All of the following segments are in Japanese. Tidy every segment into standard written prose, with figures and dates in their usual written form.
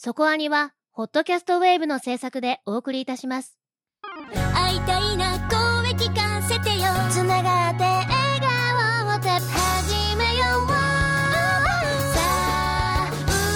そこアニはホットキャストウェーブの制作でお送りいたします。 会いたいな、声聞かせてよ。つながって笑顔をて始めよう。さあ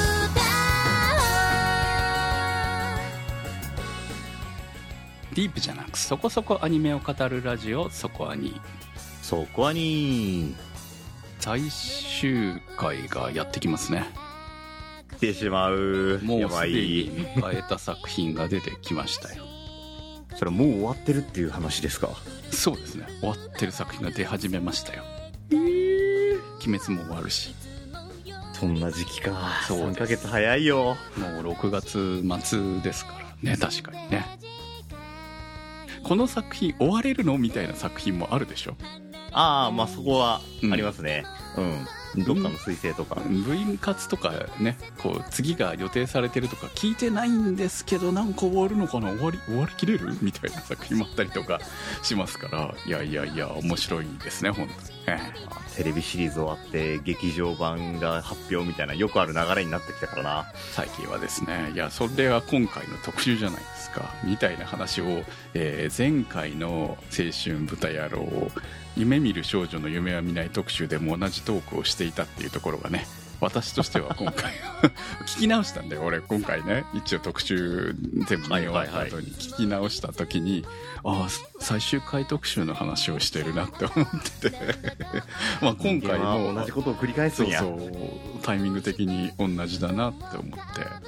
歌おう。ディープじゃなくそこそこアニメを語るラジオ、そこアニ。 そこアニ最終回がやってきますね。 来てしまう。 もうやばすでにい。 迎えた作品が出てきましたよ。 それもう終わってるっていう話ですか？ そうですね、終わってる作品が出始めましたよ。鬼滅も終わるし。 そんな時期か。 そうです。 3ヶ月早いよ。 もう6月末ですからね。確かにね。この作品終われるのみたいな作品もあるでしょ。 ああ、まあそこはありますね。どっかの彗星とか。 部員活とかね、こう次が予定されてるとか聞いてないんですけど、なんか終わるのかな、終わりきれるみたいな作品もあったりとかしますから、いや面白いですね本当に。 テレビシリーズ終わって劇場版が発表みたいなよくある流れになってきたからな。 最近はですね。いや、それは今回の特集じゃないですかみたいな話を、前回の青春豚野郎夢見る少女の夢は見ない特集でも同じトークをしていたっていうところがね、私としては今回聞き直したんで、俺今回ね、一応特集全部見終わった後に聞き直した時に、ああ最終回特集の話をしてるなって思っててまあ今回も同じことを繰り返すんや。 そうタイミング的に同じだなって思って、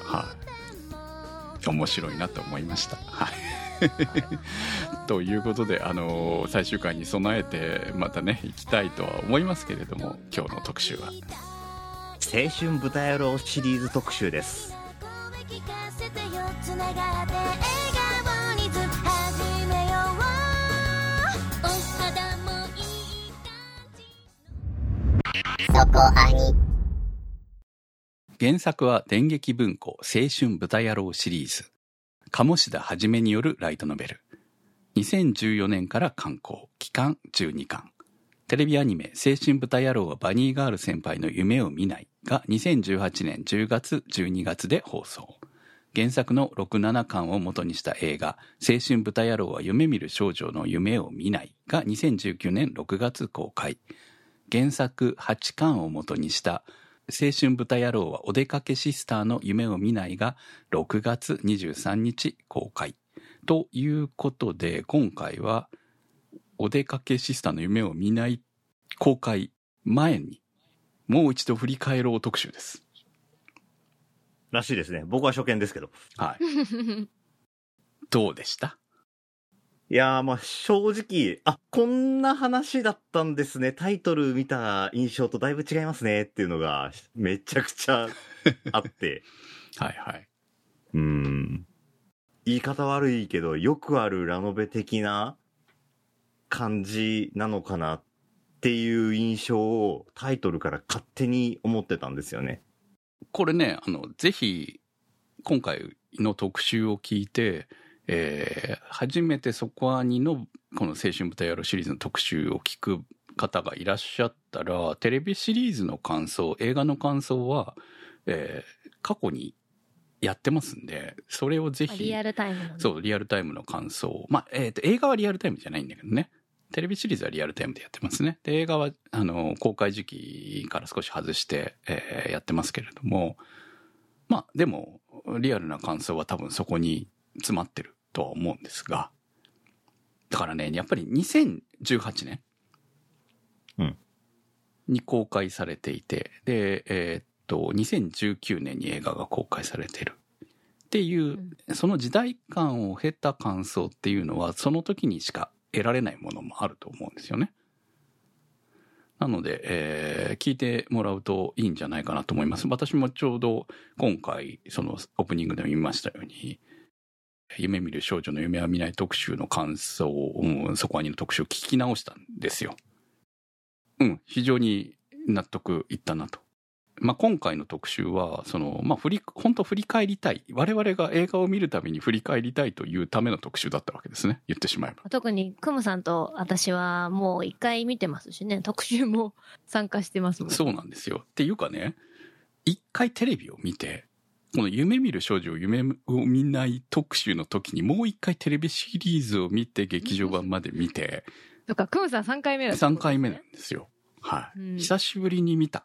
面白いなと思いました。ということで、最終回に備えてまたね行きたいとは思いますけれども、今日の特集は青春豚野郎シリーズ特集です。 つながって笑顔にずっと始めよう。お肌もいい感じ。そこアニ。 原作は電撃文庫青春豚野郎シリーズ、鴨志田はじめによるライトノベル。2014年から刊行、期間12巻。テレビアニメ青春豚野郎はバニーガール先輩の夢を見ないが2018年10月12月で放送。原作の6、7巻を元にした映画青春豚野郎は夢見る少女の夢を見ないが2019年6月公開。原作8巻を元にした青春豚野郎はお出かけシスターの夢を見ないが6月23日公開。ということで、今回はお出かけシスターの夢を見ない公開前にもう一度振り返ろう特集です。 らしいですね。僕は初見ですけど。 はい。どうでした？ いやー、まあ正直、こんな話だったんですね。タイトル見た印象とだいぶ違いますねっていうのがめちゃくちゃあって。 はいはい。 言い方悪いけど、よくあるラノベ的な感じなのかなっていう印象をタイトルから勝手に思ってたんですよね。 これね、ぜひ今回の特集を聞いて、初めてそこアニのこの青春豚野郎シリーズの特集を聞く方がいらっしゃったら、テレビシリーズの感想、映画の感想は、過去にやってますんで、それをぜひ。 リアルタイムの、ね、 そう、リアルタイムの感想。まあ、映画はリアルタイムじゃないんだけどね。テレビシリーズはリアルタイムでやってますね。で、映画は、公開時期から少し外して、やってますけれども。まあ、でも、リアルな感想は多分そこに詰まってるとは思うんですが。だからね、やっぱり2018年に公開されていて、で、2019年に映画が公開されてるっていう、その時代感を経た感想っていうのはその時にしか得られないものもあると思うんですよね。なので、聞いてもらうといいんじゃないかなと思います。私もちょうど今回そのオープニングでも言いましたように、夢見る少女の夢は見ない特集の感想を、そこアニの特集を聞き直したんですよ。非常に納得いったなと。まあ、今回の特集は本当振り返りたい、我々が映画を見るために振り返りたいというための特集だったわけですね、言ってしまえば。 特にクムさんと私はもう一回見てますしね、特集も参加してますもん。 そうなんですよ。っていうかね、一回テレビを見てこの夢見る少女を夢を見ない特集の時にもう一回テレビシリーズを見て劇場版まで見て、 とか、クムさん3回目だった、 3回目なんですよ。はい、久しぶりに見た。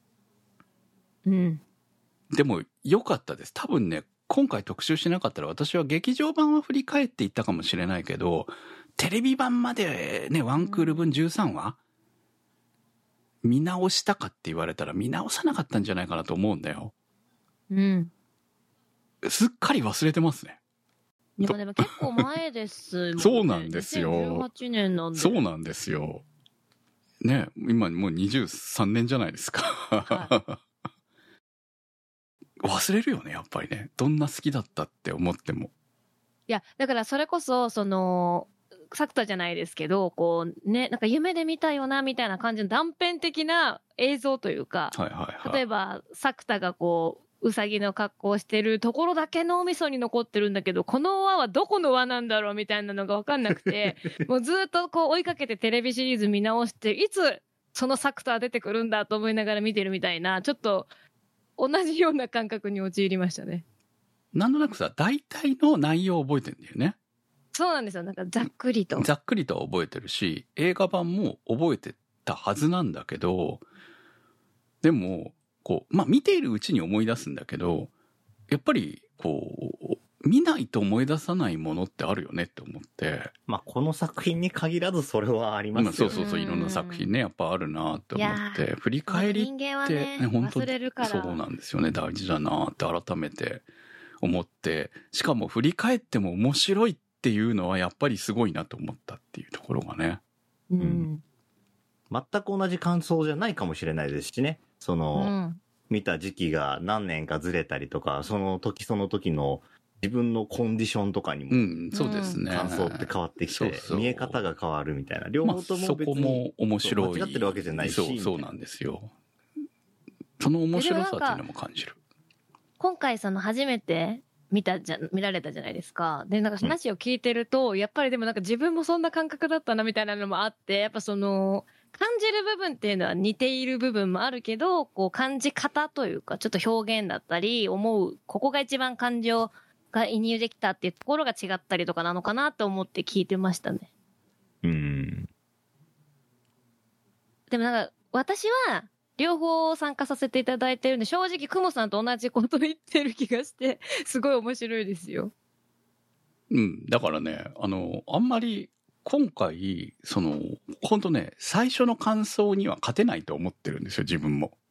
でも良かったです。多分ね、今回特集しなかったら私は劇場版は振り返っていったかもしれないけど、テレビ版までね、ワンクール分13話見直したかって言われたら見直さなかったんじゃないかなと思うんだよ。すっかり忘れてますね。 いやでも結構前ですもんね。 そうなんですよ。 2018年なんで。 そうなんですよ。ね、今もう23年じゃないですか。はい、忘れるよね、やっぱりね。どんな好きだったって思っても。 いや、だからそれこそ、作田じゃないですけど、こうね、なんか夢で見たよな、みたいな感じの断片的な映像というか、 はいはいはい、 例えば、作田がこう、うさぎの格好をしてるところだけ脳みそに残ってるんだけど、この輪はどこの輪なんだろうみたいなのが分かんなくて、もうずっとこう追いかけてテレビシリーズ見直して、いつその作田出てくるんだと思いながら見てるみたいな、ちょっと同じような感覚に陥りましたね。 なんとなくさ、大体の内容を覚えてるんだよね。 そうなんですよ。なんかざっくりと。 ざっくりとは覚えてるし、映画版も覚えてたはずなんだけど、でも、こう、まあ見ているうちに思い出すんだけど、やっぱり、こう、見ないと思い出さないものってあるよねって思って。 まあこの作品に限らずそれはありますよね。 そうそうそう、いろんな作品ね、やっぱあるなって思って、振り返りって、 人間はね、 本当忘れるから。 そうなんですよね、大事だなって改めて思って、しかも振り返っても面白いっていうのはやっぱりすごいなと思ったっていうところがね。 全く同じ感想じゃないかもしれないですしね。見た時期が何年かずれたりとか、その時その時の自分のコンディションとかにも、 そうですね。 感想って変わってきて、見え方が変わるみたいな。両方とも別に、 そこも面白い。 間違ってるわけじゃないし。 そうなんですよ。その面白さっていうのも感じる。 今回初めて見られたじゃないですか。で、なんか話を聞いてると、やっぱりでもなんか自分もそんな感覚だったなみたいなのもあって、やっぱ感じる部分っていうのは似ている部分もあるけど、こう感じ方というか、ちょっと表現だったり、ここが一番感情が移入できたっていうところが違ったりとかなのかなと思って聞いてましたね。でもなんか、私は、両方参加させていただいてるんで、正直、クモさんと同じこと言ってる気がして、すごい面白いですよ。 だからね、あんまり、今回、ほんとね、最初の感想には勝てないと思ってるんですよ、自分も。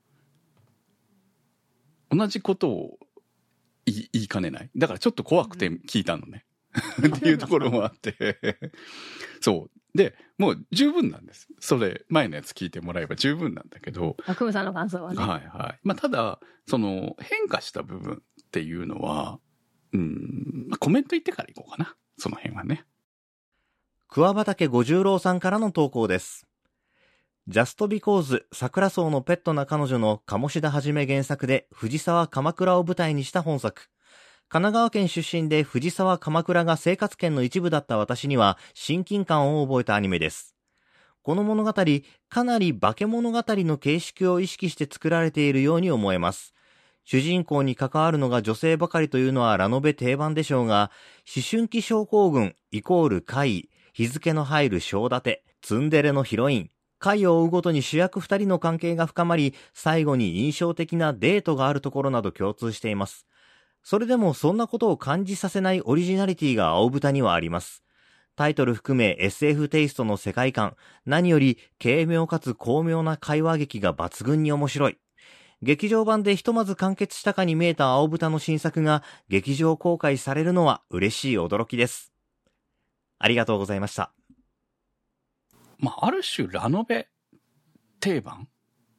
同じことを言いかねない。だからちょっと怖くて聞いたのね。っていうところもあって。そう。で、もう十分なんです。それ、前のやつ聞いてもらえば十分なんだけど。 クムさんの感想はね。 はいはい。まあ、ただ、変化した部分っていうのは、コメント言ってからいこうかな。その辺はね。 桑畑五十郎さんからの投稿です。ジャストビコーズ桜草のペットな彼女の鴨志田はじめ原作で藤沢鎌倉を舞台にした本作。神奈川県出身で藤沢鎌倉が生活圏の一部だった私には親近感を覚えたアニメです。この物語、かなり化け物語の形式を意識して作られているように思えます。主人公に関わるのが女性ばかりというのはラノベ定番でしょうが、思春期症候群イコール怪異、日付の入る章立て、ツンデレのヒロイン、回を追うごとに主役2人の関係が深まり、最後に印象的なデートがあるところなど共通しています。それでもそんなことを感じさせないオリジナリティが青豚にはあります。タイトル含め SF テイストの世界観、何より軽妙かつ巧妙な会話劇が抜群に面白い。劇場版でひとまず完結したかに見えた青豚の新作が劇場公開されるのは嬉しい驚きです。ありがとうございました。 まあ、ある種ラノベ定番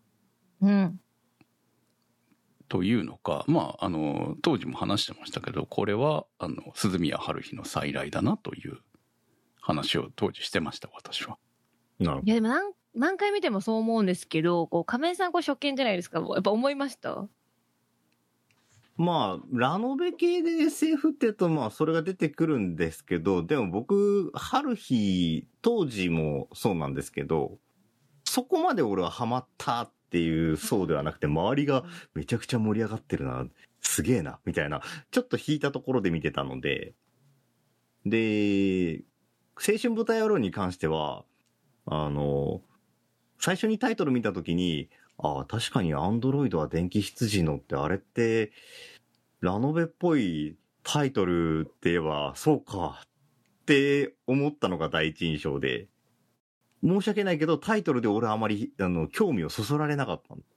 というのか、まあ、当時も話してましたけど、これは鈴宮春日の再来だなという話を当時してました、私は。 いやでも何回見てもそう思うんですけど、亀井さん初見じゃないですか。やっぱ思いました？ まあ、ラノベ系で SF って言うと、まあ、それが出てくるんですけど、でも僕、春日、当時もそうなんですけど、そこまで俺はハマったっていう層ではなくて、周りがめちゃくちゃ盛り上がってるな。 すげえな、みたいな、ちょっと引いたところで見てたので、で、青春豚野郎に関しては、最初にタイトル見たときに、ああ、確かにアンドロイドは電気羊のってあれって、ラノベっぽいタイトルって言えば、そうかって思ったのが第一印象で、申し訳ないけどタイトルで俺はあまり興味をそそられなかったの。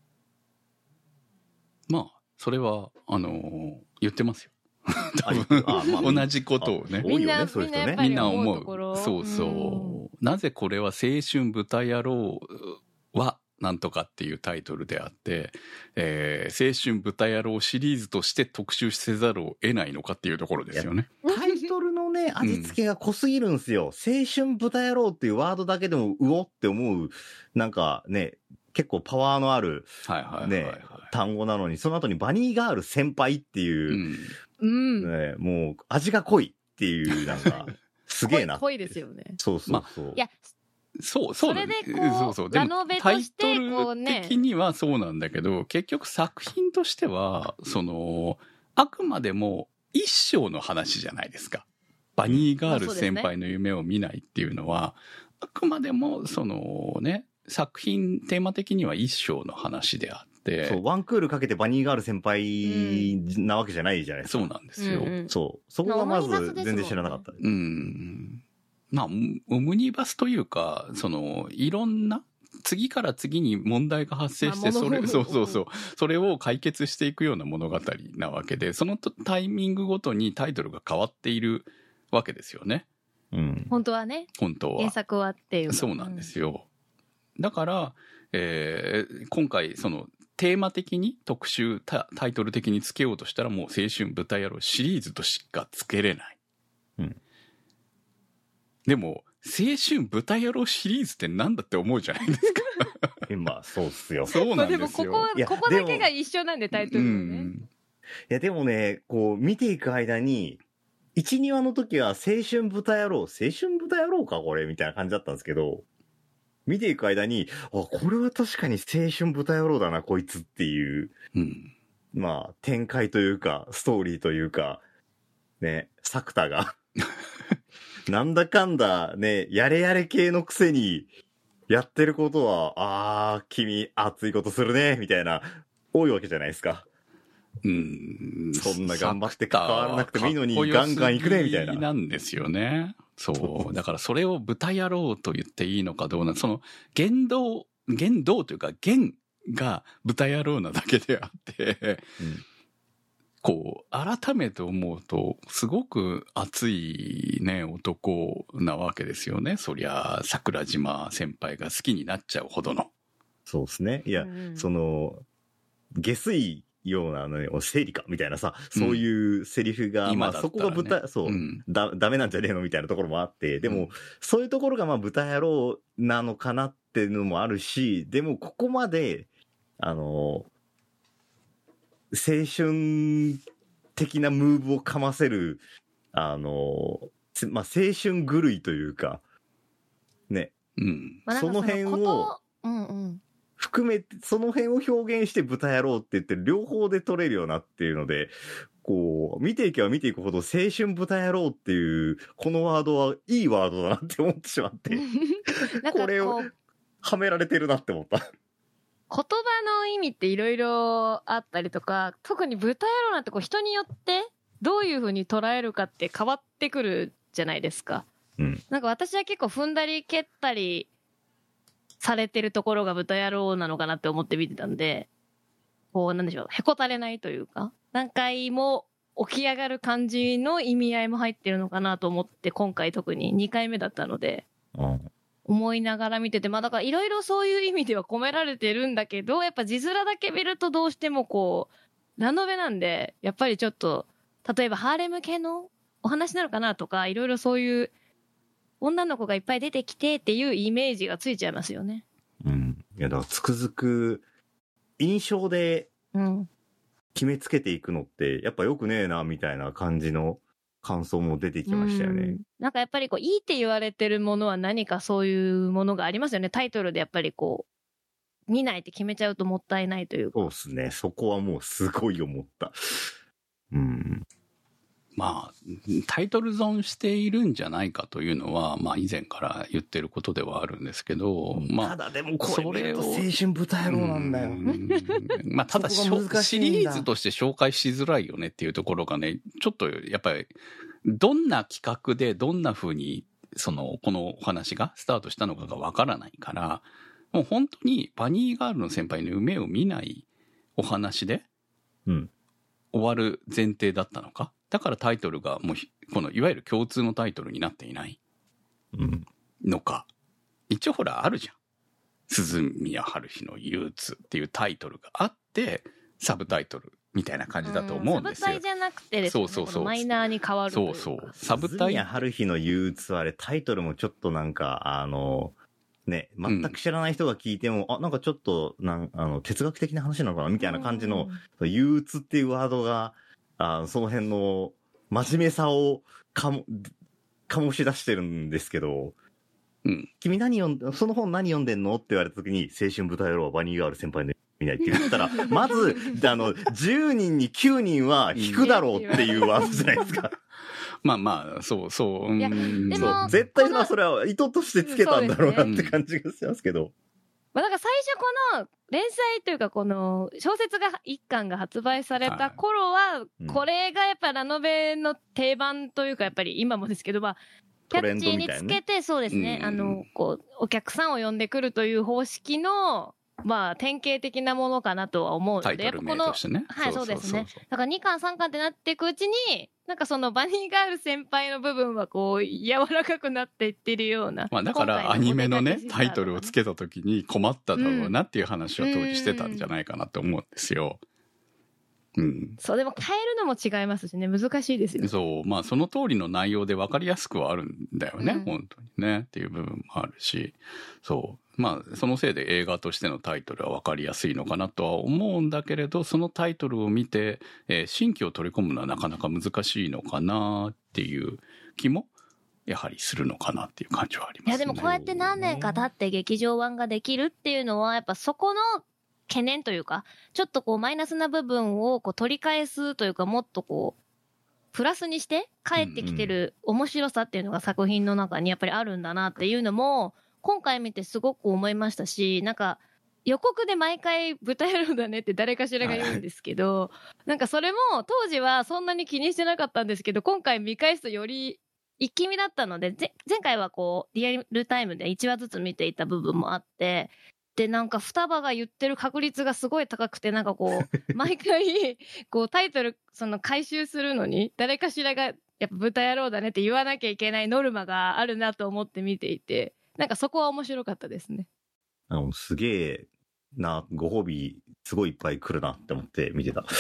まあ、それは、言ってますよ。多分、同じことをね。 多いよね、そういう人ね。 みんな思う。そうう。 そう。なぜこれは青春豚野郎はなんとかっていうタイトルであって、青春豚野郎シリーズとして特集せざるを得ないのかっていうところですよね。 タイトルのね、味付けが濃すぎるんですよ。青春豚野郎っていうワードだけでもうおって思う、なんかね、結構パワーのある、ね、単語なのに、その後にバニーガール先輩っていう、ね、もう味が濃いっていう、なんか、すげえな。 濃いですよね。 そうそうそう。 いや、 そうそれでこう、ラノベとしてこうね。 タイトル的にはそうなんだけど、結局作品としては、あくまでも一章の話じゃないですか。バニーガール先輩の夢を見ないっていうのは、あくまでも作品テーマ的には一章の話であって。 そう、ワンクールかけてバニーガール先輩なわけじゃないじゃないですか。 そうなんですよ。 そう。そこがまず全然知らなかった。 まあ、オムニバスというか、いろんな、次から次に問題が発生して、それを解決していくような物語なわけで、そのタイミングごとにタイトルが変わっているわけですよね。 本当はね。 本当は。 原作はっていう。 そうなんですよ。だから、今回、テーマ的に特集、タイトル的につけようとしたらもう青春豚野郎シリーズとしかつけれない。でも、青春豚野郎シリーズってなんだって思うじゃないですか。 今、そうっすよ。 そうなんですよ。 でもここだけが一緒なんで、タイトルのね。 いや、でもね、こう、見ていく間に、1、2話の時は青春豚野郎かこれみたいな感じだったんですけど、見ていく間に、これは確かに青春豚野郎だな、こいつっていう、まあ、展開というか、ストーリーというか、ね、作田が、なんだかんだね、やれやれ系のくせに、やってることは、君、熱いことするね、みたいな、多いわけじゃないですか。そんな頑張って関わらなくてもいいのに、ガンガン行くね、みたいな。 なんですよね。そう。だからそれを豚野郎と言っていいのかどうな、言動というか、言が豚野郎なだけであって、こう、改めて思うと、すごく熱いね、男なわけですよね。そりゃ、桜島先輩が好きになっちゃうほどの。 そうですね。いや、下水ようなの生理かみたいなさ、そういうセリフが、まあそこが豚、ダメなんじゃねえのみたいなところもあって、でも、そういうところがまあ豚野郎なのかなっていうのもあるし、でもここまで、青春的なムーブをかませる、まあ、青春狂いというか、ね。その辺を、含めて、その辺を表現して豚野郎って言って両方で取れるよなっていうので、こう、見ていけば見ていくほど青春豚野郎っていう、このワードはいいワードだなって思ってしまって、これをはめられてるなって思った。 言葉の意味っていろいろあったりとか、特に豚野郎なんて人によってどういう風に捉えるかって変わってくるじゃないですか。なんか私は結構踏んだり蹴ったりされてるところが豚野郎なのかなって思って見てたんで、こうなんでしょう、へこたれないというか、何回も起き上がる感じの意味合いも入ってるのかなと思って、今回特に2回目だったので、思いながら見てて、まあだからいろいろそういう意味では込められてるんだけど、やっぱ字面だけ見るとどうしてもこう、ラノベなんで、やっぱりちょっと、例えばハーレム系のお話なのかなとか、いろいろそういう女の子がいっぱい出てきてっていうイメージがついちゃいますよね。 いやだからつくづく印象で決めつけていくのってやっぱよくねえなみたいな感じの感想も出てきましたよね。 なんかやっぱりこういいって言われてるものは何かそういうものがありますよね。タイトルでやっぱりこう見ないって決めちゃうともったいないというか。 そうですね。そこはもうすごい思った。 まあ、タイトル損しているんじゃないかというのは、まあ以前から言ってることではあるんですけど、まあ。 ただでもこれ見ると青春豚野郎なんだよ。 まあただシリーズとして紹介しづらいよねっていうところがね、ちょっとやっぱり、どんな企画でどんな風に、このお話がスタートしたのかがわからないから、もう本当にバニーガールの先輩の夢を見ないお話で、終わる前提だったのか。だからタイトルがもうこのいわゆる共通のタイトルになっていないのか。一応ほらあるじゃん。鈴宮春日の憂鬱っていうタイトルがあってサブタイトルみたいな感じだと思うんですよ。 サブタイじゃなくてですね、そうマイナーに変わるというか。 そうサブタイ。 鈴宮春日の憂鬱はあれタイトルもちょっとなんかね、全く知らない人が聞いても、なんかちょっと哲学的な話なのかなみたいな感じの、憂鬱っていうワードがその辺の真面目さを醸し出してるんですけど、君その本何読んでんのって言われた時に、青春豚野郎はバニーガール先輩の見ないって言ったら、まず、10人に9人は引くだろうっていうワードじゃないですか。 まあ、そう。 いや、でも、 絶対それは意図としてつけたんだろうなって感じがしますけど。 まあ、だから最初この連載というかこの小説が1巻が発売された頃は、これがやっぱラノベの定番というかやっぱり今もですけど、まあ、キャッチーにつけて、そうですね、こう、お客さんを呼んでくるという方式の、まあ、典型的なものかなとは思うので、 タイトル名としてね。 はい、そうですね。だから2巻3巻ってなっていくうちに、なんかそのバニーガール先輩の部分はこう柔らかくなっていってるような。 まあだからアニメのねタイトルをつけた時に困っただろうなっていう話を当時してたんじゃないかなと思うんですよ。 そうでも変えるのも違いますしね、難しいですよ。 そう、まあその通りの内容で分かりやすくはあるんだよね、本当にねっていう部分もあるし、そうまあそのせいで映画としてのタイトルは分かりやすいのかなとは思うんだけれど、そのタイトルを見て、新規を取り込むのはなかなか難しいのかなっていう気もやはりするのかなっていう感じはありますね。 いやでもこうやって何年か経って劇場版ができるっていうのはやっぱそこの懸念というか、ちょっとこうマイナスな部分をこう取り返すというか、もっとこう、プラスにして帰ってきてる面白さっていうのが作品の中にやっぱりあるんだなっていうのも、今回見てすごく思いましたし、なんか予告で毎回豚野郎だねって誰かしらが言うんですけど、なんかそれも当時はそんなに気にしてなかったんですけど、今回見返すとより一気見だったので、前回はこうリアルタイムで1話ずつ見ていた部分もあって、で、なんか双葉が言ってる確率がすごい高くて、なんかこう、毎回、こうタイトル、回収するのに、誰かしらが、やっぱ豚野郎だねって言わなきゃいけないノルマがあるなと思って見ていて、なんかそこは面白かったですね。 すげえな、ご褒美、すごいいっぱい来るなって思って見てた。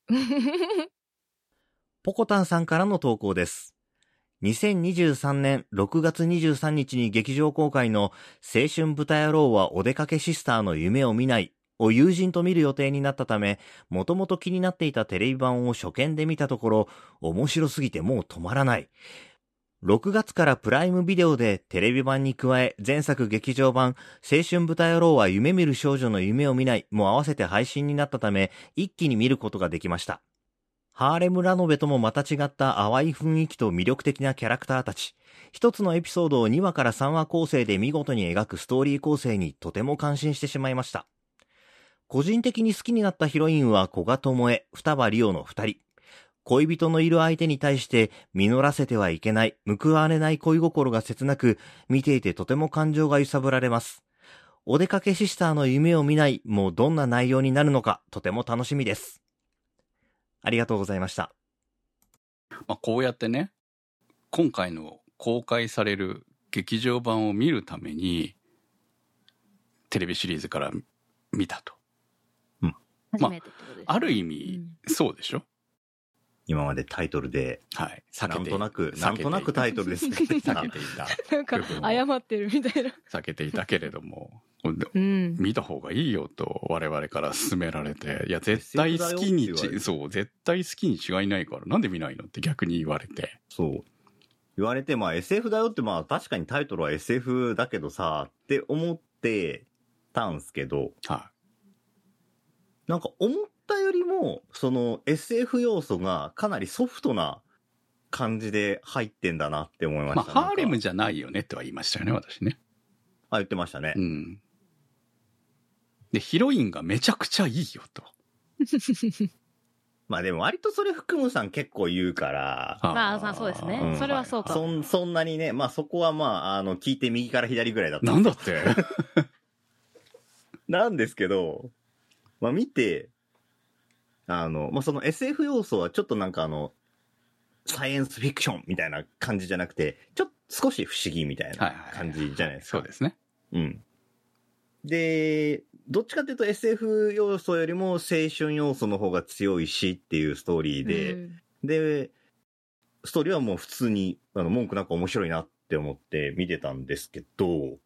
ポコタンさんからの投稿です。2023年6月23日に劇場公開の青春豚野郎はお出かけシスターの夢を見ないを友人と見る予定になったため、もともと気になっていたテレビ版を初見で見たところ、面白すぎてもう止まらない。6月からプライムビデオでテレビ版に加え前作劇場版青春豚野郎は夢見る少女の夢を見ないも合わせて配信になったため、一気に見ることができました。ハーレムラノベともまた違った淡い雰囲気と魅力的なキャラクターたち。一つのエピソードを2話から3話構成で見事に描くストーリー構成にとても感心してしまいました。個人的に好きになったヒロインは古賀智恵、双葉梨央の2人。恋人のいる相手に対して実らせてはいけない、報われない恋心が切なく、見ていてとても感情が揺さぶられます。お出かけシスターの夢を見ないもどんな内容になるのかとても楽しみです。ありがとうございました。 まあ、こうやってね、今回の公開される劇場版を見るためにテレビシリーズから見たと。 初めてってことですね。 ある意味、そうでしょ。 今までタイトルで、 はい、 なんとなくタイトルですね。 避けていた。 なんか謝ってるみたいな。 避けていたけれども、見た方がいいよと我々から勧められて、いや絶対好きに絶対好きに違いないからなんで見ないのって逆に言われて。 そう言われて、まあ SF だよって、まあ確かにタイトルは SF だけどさって思ってたんすけど、 はなんか思ったよりも、その SF 要素がかなりソフトな感じで入ってんだなって思いまい。まあ、 した。 ハーレムなんかじゃないよねっては言いましたよね、私ね。 言ってましたねう。ん。で、ヒロインがめちゃくちゃいいよと。 まあでも割とそれ福ムさん結構言うから、 まあそうですねうんそれはそうかそんなにね、まあそこはまあ、聞いて右から左ぐらいだったなんだってなんですけど、まあ見て、まあその SF 要素はちょっとなんかサイエンスフィクションみたいな感じじゃなくて、ちょっと少し不思議みたいな感じじゃないですか。 そうですね。 うん。で、どっちかっていうと SF 要素よりも青春要素の方が強いしっていうストーリーで、 うんで、ストーリーはもう普通に文句なく面白いなって思って見てたんですけど、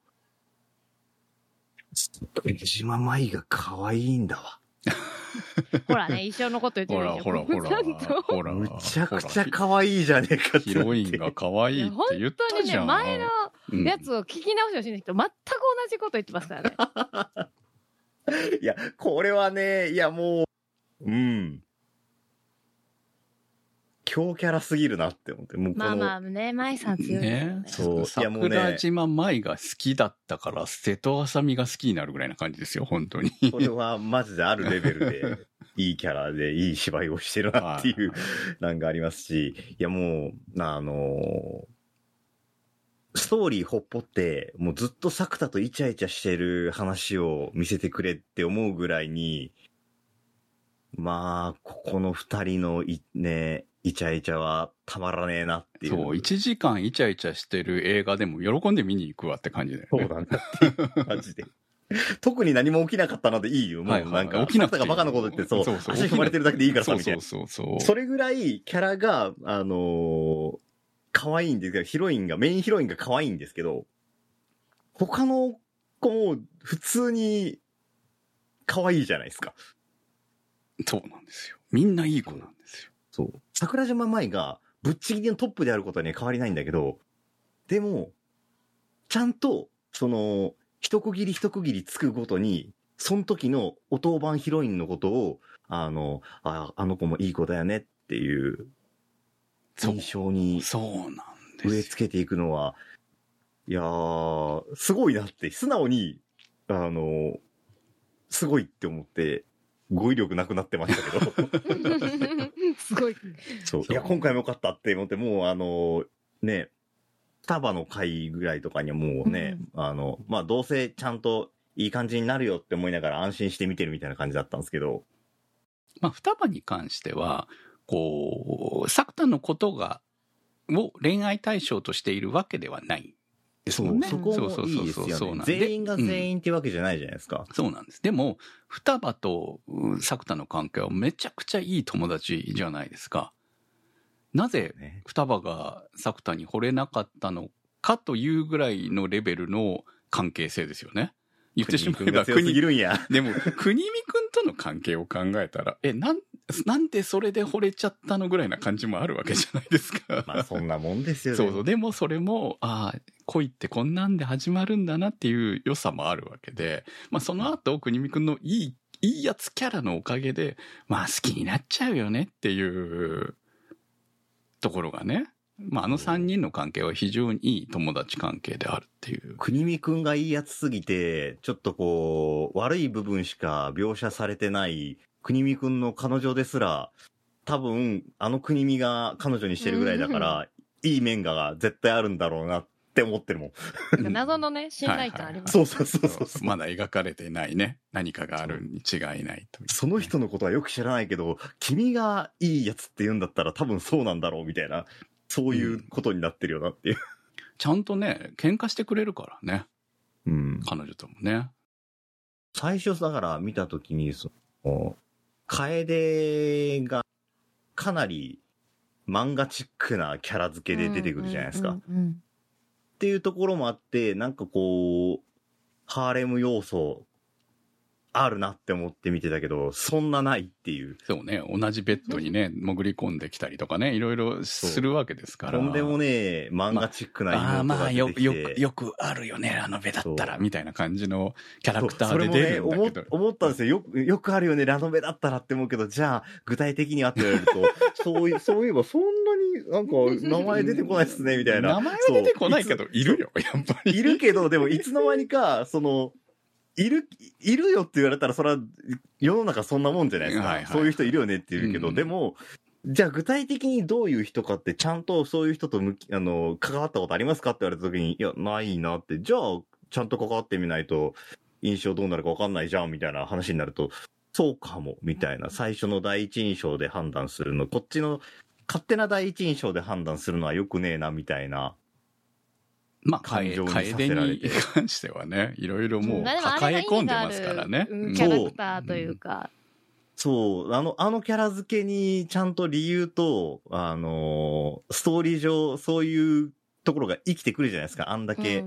江島舞が可愛いんだわ。 ほらね、一緒のこと言ってほらるでしょ。 ほらほら。 ちゃんとほら。 むちゃくちゃ可愛いじゃねえかって。 ヒロインが可愛いって言ったじゃん。 本当にね、前のやうんつを聞き直してほしいんですけど、全く同じこと言ってますからね。 いや、これはね、いやもう、強キャラすぎるなって思って、もうこの、 まあまあね、舞さん強いですよね。 ねそういやもうね桜島舞が好きだったから、瀬戸麻美が好きになるぐらいな感じですよ、本当に。 これはマジであるレベルで、いいキャラでいい芝居をしてるなっていう、なんかありますし、いやもう、ストーリーほっぽって、もうずっと作田とイチャイチャしてる話を見せてくれって思うぐらいに、まあ、ここの二人のイチャイチャはたまらねえなっていう。 そう、1時間イチャイチャしてる映画でも喜んで見に行くわって感じだよね。 そうなんだっていう、マジで。特に何も起きなかったのでいいよ。もうなんか、 起きなくていい作田がバカなこと言って、そう、 そうそう足踏まれてるだけでいいからさ、みたいな。 そう。 それぐらいキャラが、可愛いんですけど、メインヒロインが可愛いんですけど、他の子も普通に可愛いじゃないですか。 そうなんですよ。みんないい子なんですよ。 そう。桜島舞がぶっちぎりのトップであることには変わりないんだけど、でも、ちゃんと、一区切り一区切りつくごとに、その時のお当番ヒロインのことを、あの子もいい子だよねっていう印象にそうなんですよ。 植え付けていくのは、いやー、すごいなって、素直に、すごいって思って、語彙力なくなってましたけど。 すごい。 そう。いや、今回もよかったって思って、もう双葉の回ぐらいとかにはもうね、まあ、どうせちゃんといい感じになるよって思いながら安心して見てるみたいな感じだったんですけど。 まあ、双葉に関しては、作田のことを恋愛対象としているわけではないですもんね。 そこもいいですよね。全員が全員ってわけじゃないじゃないですか。 そうなんです。でも、双葉と作田の関係はめちゃくちゃいい友達じゃないですか。なぜ双葉が作田に惚れなかったのかというぐらいのレベルの関係性ですよね。言ってしまえば強すぎるんや。 でも、国見くんとの関係を考えたら、なんでそれで惚れちゃったのぐらいな感じもあるわけじゃないですか。 まあそんなもんですよね。 そう。でもそれも、恋ってこんなんで始まるんだなっていう良さもあるわけで、まあその後、国見くんのいいやつキャラのおかげで、まあ好きになっちゃうよねっていうところがね、まあ3人の関係は非常にいい友達関係であるっていう。 国見くんがいいやつすぎて、ちょっと悪い部分しか描写されてない国見くんの彼女ですら、多分、国見が彼女にしてるぐらいだから、いい面が絶対あるんだろうなって思ってるもん。 謎のね、信頼感あります。 そう。 まだ描かれていないね。何かがあるに違いないという。 その人のことはよく知らないけど、君がいいやつって言うんだったら多分そうなんだろうみたいな、そういうことになってるよなっていう。 ちゃんとね、喧嘩してくれるからね。 うん。 彼女ともね。 最初だから見たときに、楓がかなり漫画チックなキャラ付けで出てくるじゃないですか。っていうところもあって、なんかハーレム要素あるなって思って見てたけど、そんなないっていう。 そうね、同じベッドにね、潜り込んできたりとかね、いろいろするわけですから。 とんでもねえ、漫画チックな妹が出てきて、 よくあるよね、ラノベだったら、みたいな感じのキャラクターでそれもね、 出るんだけど。 思ったんですよ。よくあるよね、ラノベだったらって思うけど、じゃあ、具体的にはって言われると、そういえばそんなになんか名前出てこないっすね、みたいな。 名前は出てこないけど、いるよ、やっぱり。 いるけど、でもいつの間にか、いるよって言われたら、それは世の中そんなもんじゃないですか。 はいはい、 そういう人いるよねって言うけど、でも、じゃあ具体的にどういう人かってちゃんとそういう人と関わったことありますかって言われた時に、いや、ないなって、じゃあちゃんと関わってみないと印象どうなるか分かんないじゃんみたいな話になると、そうかもみたいな、最初の第一印象で判断するの、こっちの勝手な第一印象で判断するのはよくねえなみたいな。 まあ、楓に関してはね、いろいろもう抱え込んでますからね。 キャラクターというか。 そう、あのキャラ付けにちゃんと理由と、ストーリー上、そういうところが生きてくるじゃないですか。あんだけ、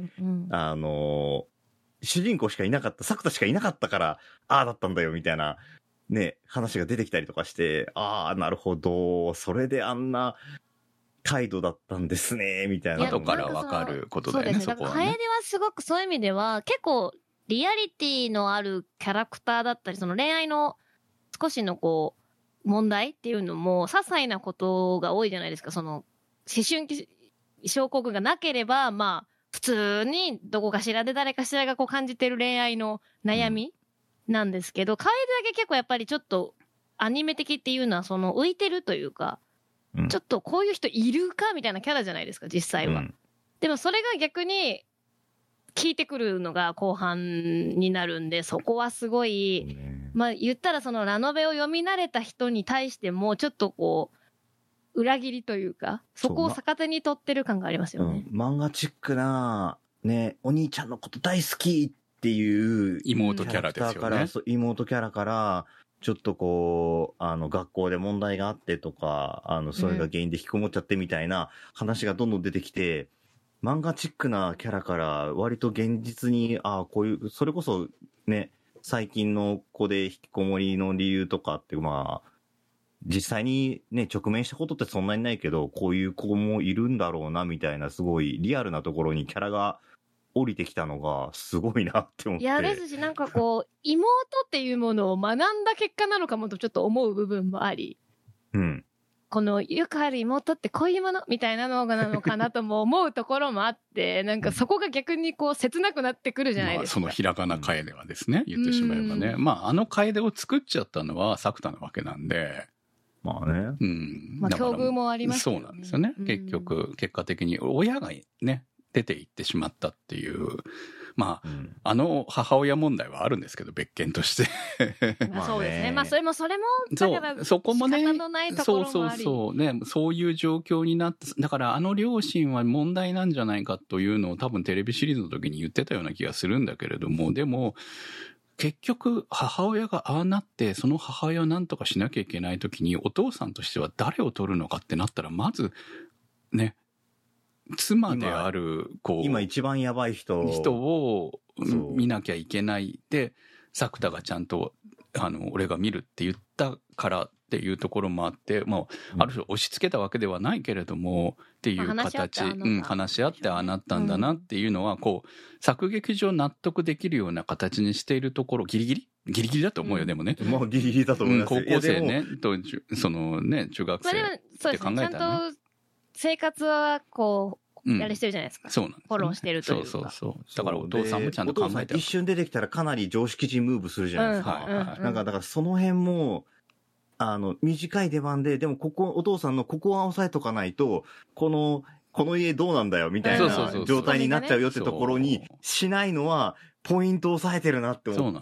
主人公しかいなかった、作田しかいなかったから、ああだったんだよ、みたいな、ね、話が出てきたりとかして、ああ、なるほど、それであんな、態度だったんですね、みたいな。 後からわかることだよね、そこはね。 楓はすごくそういう意味では、結構、リアリティのあるキャラクターだったり、その恋愛の少しの問題っていうのも、些細なことが多いじゃないですか。その、思春期症候群がなければ、まあ、普通にどこかしらで誰かしらが感じてる恋愛の悩みなんですけど、楓だけ結構やっぱりちょっと、アニメ的っていうのは、浮いてるというか、ちょっとこういう人いるかみたいなキャラじゃないですか、実際は。でもそれが逆に効いてくるのが後半になるんで、そこはすごい、まあ言ったらラノベを読み慣れた人に対しても、ちょっと裏切りというか、そこを逆手に取ってる感がありますよね。 漫画チックな、ね、お兄ちゃんのこと大好きっていう妹キャラですよね。 妹キャラから、ちょっと学校で問題があってとか、それが原因で引きこもっちゃってみたいな話がどんどん出てきて、漫画チックなキャラから割と現実に、こういう、それこそね、最近の子で引きこもりの理由とかって、まあ、実際にね、直面したことってそんなにないけど、こういう子もいるんだろうな、みたいな、すごいリアルなところにキャラが降りてきたのがすごいなって思って。 いや、ですし、なんか妹っていうものを学んだ結果なのかもとちょっと思う部分もあり。 うん。 よくある妹ってこういうものみたいなのなのかなとも思うところもあって、なんかそこが逆に切なくなってくるじゃないですか。 まあ、そのひらがな楓はですね、言ってしまえばね。まあ、楓を作っちゃったのは作田なわけなんで。 まあね。 まあ、境遇もありますよね。そうなんですよね。結果的に親がね、出て行ってしまったっていう、まあ、母親問題はあるんですけど、別件として。 そうですね。まあ、それも、だからそこもね、 仕方のないところもあり。 そうね、そういう状況になって、だから両親は問題なんじゃないかというのを多分テレビシリーズの時に言ってたような気がするんだけれども、でも、結局、母親がああなって、その母親を何とかしなきゃいけない時に、お父さんとしては誰を取るのかってなったら、まず、ね、妻である、 今一番やばい人を見なきゃいけないで、作田がちゃんと、俺が見るって言ったからっていうところもあって、まあ、ある種押し付けたわけではないけれども、っていう形、話し合ってああなったんだなっていうのは、作劇上納得できるような形にしているところ、ギリギリだと思うよ、でもね。 まあ、ギリギリだと思います。 高校生ね、と、中学生って考えたらね。 生活はやれしてるじゃないですか。 そうなんです、ね。 フォローしてるというか。 そうだからお父さんもちゃんと考えてる。 一瞬出てきたらかなり常識人ムーブするじゃないですか。なんかだからその辺も、短い出番で、でもお父さんのここは押さえとかないと、この家どうなんだよみたいな状態になっちゃうよってところにしないのは、ポイントを押さえてるなって思って。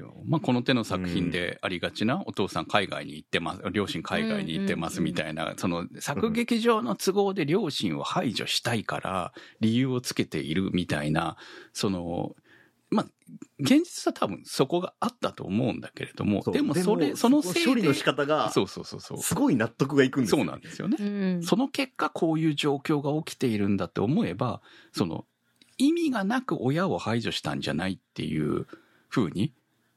まあ、この手の作品でありがちな、お父さん海外に行ってます、両親海外に行ってますみたいな、その作劇上の都合で両親を排除したいから理由をつけているみたいな、まあ、現実は多分そこがあったと思うんだけれども、でもそのせいで処理の仕方が、すごい納得がいくんですよ。 そうなんですよね。その結果こういう状況が起きているんだって思えば、意味がなく親を排除したんじゃないっていう風に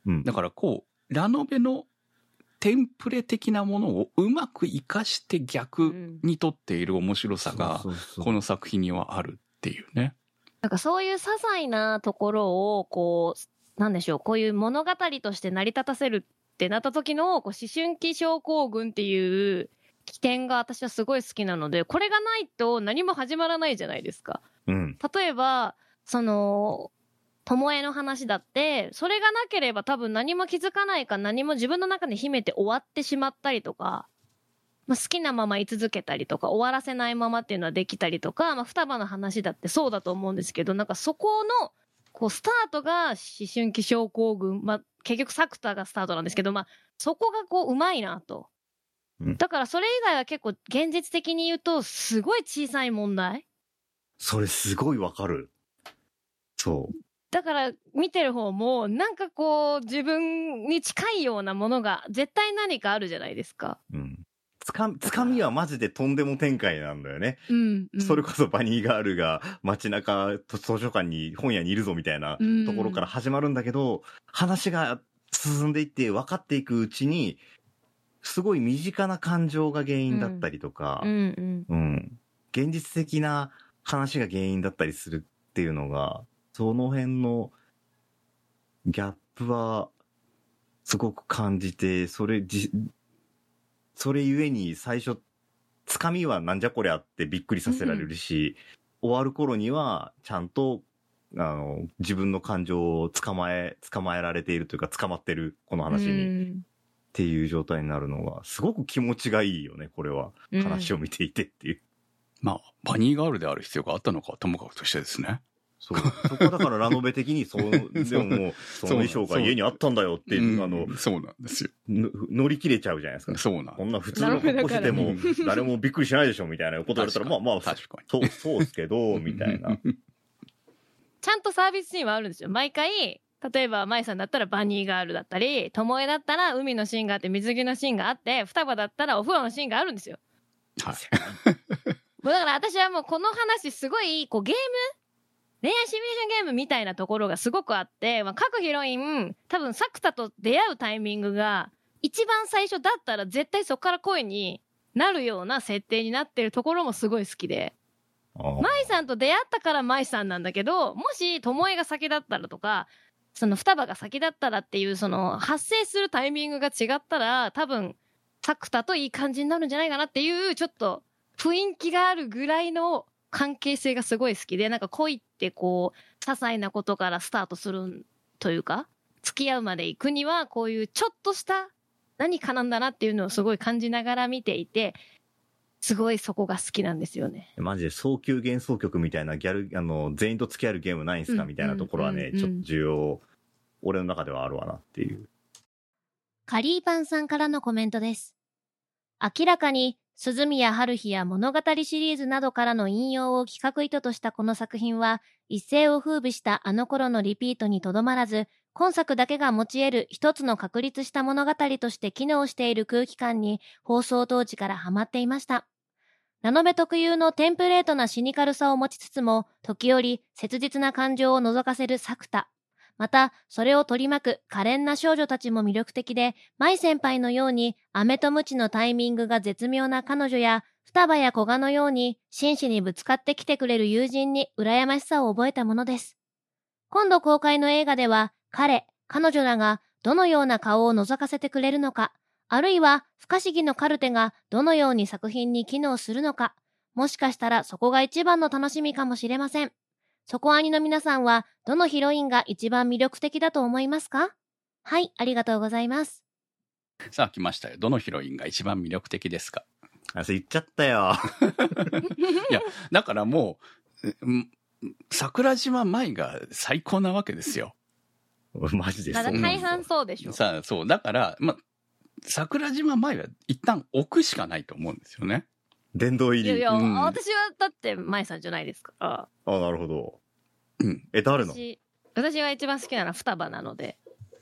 うん。 だからこう、ラノベのテンプレ的なものをうまく活かして逆に取っている面白さが、 そうそうそうこの作品にはあるっていうね。 なんかそういう些細なところを、こう、なんでしょう、こういう物語として成り立たせるってなった時の、こう思春期症候群っていう起点が私はすごい好きなので、これがないと何も始まらないじゃないですか。 うん。 例えば、巴の話だって、それがなければ多分何も気づかないか何も自分の中に秘めて終わってしまったりとか、まあ、好きなまま居続けたりとか、終わらせないままっていうのはできたりとか、まあ、双葉の話だってそうだと思うんですけど、なんかそこの、こう、スタートが思春期症候群、まあ、結局作田がスタートなんですけど、まあ、そこがこう、うまいなと。 うんだからそれ以外は結構現実的に言うと、すごい小さい問題それすごいわかる。そう。 だから見てる方もなんかこう自分に近いようなものが絶対何かあるじゃないですか。 うん。つかみはマジでとんでも展開なんだよね。 うん、うん。 それこそバニーガールが街中図書館に本屋にいるぞみたいなところから始まるんだけど、話が進んでいって分かっていくうちに、すごい身近な感情が原因だったりとか、 うんうん。 うん。現実的な話が原因だったりするっていうのが、その辺のギャップはすごく感じて、それゆえに最初、つかみはなんじゃこりゃってびっくりさせられるし、終わる頃にはちゃんと、自分の感情を捕まえられているというか捕まってる、この話に。っていう状態になるのが、すごく気持ちがいいよね、これは。話を見ていてっていう。 まあ、バニーガールである必要があったのかともかくとしてですね。 そう。そこだからラノベ的に、でももう、その衣装が家にあったんだよって、 そうなんですよ。 乗り切れちゃうじゃないですか。 そうなんこんな普通の格好してても、誰もびっくりしないでしょ、みたいなこと言われたら、まあ、 確かそうっすけど、みたいな。 ちゃんとサービスシーンはあるんですよ。毎回、例えば、舞さんだったらバニーガールだったり、巴だったら海のシーンがあって水着のシーンがあって、双葉だったらお風呂のシーンがあるんですよ。 はい。 もうだから私はもうこの話すごい、こうゲーム恋愛シミュレーションゲームみたいなところがすごくあって、まあ、各ヒロイン、多分作田と出会うタイミングが、一番最初だったら絶対そこから恋になるような設定になってるところもすごい好きで。舞さんと出会ったから舞さんなんだけど、もし巴が先だったらとか、その双葉が先だったらっていう、その発生するタイミングが違ったら、多分、作田といい感じになるんじゃないかなっていう、ちょっと雰囲気があるぐらいの関係性がすごい好きで、なんか恋ってこう、些細なことからスタートするというか、付き合うまで行くには、こういうちょっとした何かなんだなっていうのをすごい感じながら見ていて、すごいそこが好きなんですよね。 マジで早急幻想曲みたいな全員と付き合えるゲームないんすかみたいなところはね、ちょっと重要、俺の中ではあるわなっていう。 カリーパンさんからのコメントです。明らかに、鈴宮春日や物語シリーズなどからの引用を企画意図としたこの作品は、一世を風靡したあの頃のリピートにとどまらず、今作だけが持ち得る一つの確立した物語として機能している空気感に放送当時からハマっていました。ラノベ特有のテンプレートなシニカルさを持ちつつも、時折切実な感情を覗かせる作田。また、それを取り巻く可憐な少女たちも魅力的で、舞先輩のように飴とムチのタイミングが絶妙な彼女や、双葉や古賀のように真摯にぶつかってきてくれる友人に羨ましさを覚えたものです。今度公開の映画では、彼女らがどのような顔を覗かせてくれるのか、あるいは不可思議のカルテがどのように作品に機能するのか、もしかしたらそこが一番の楽しみかもしれません。そこアニの皆さんはどのヒロインが一番魅力的だと思いますか？はい、ありがとうございます。 さあ来ましたよ。どのヒロインが一番魅力的ですか？ あ、それ言っちゃったよ。 いや、だからもう、桜島舞が最高なわけですよ。 マジでまだ大半そうでしょ。 さあ、そう。だから、桜島舞は一旦置くしかないと思うんですよね。 殿堂入り。 いやいや、私はだって舞さんじゃないですから。 あ、なるほど。 うん。 誰の？ 私が一番好きなのは双葉なので。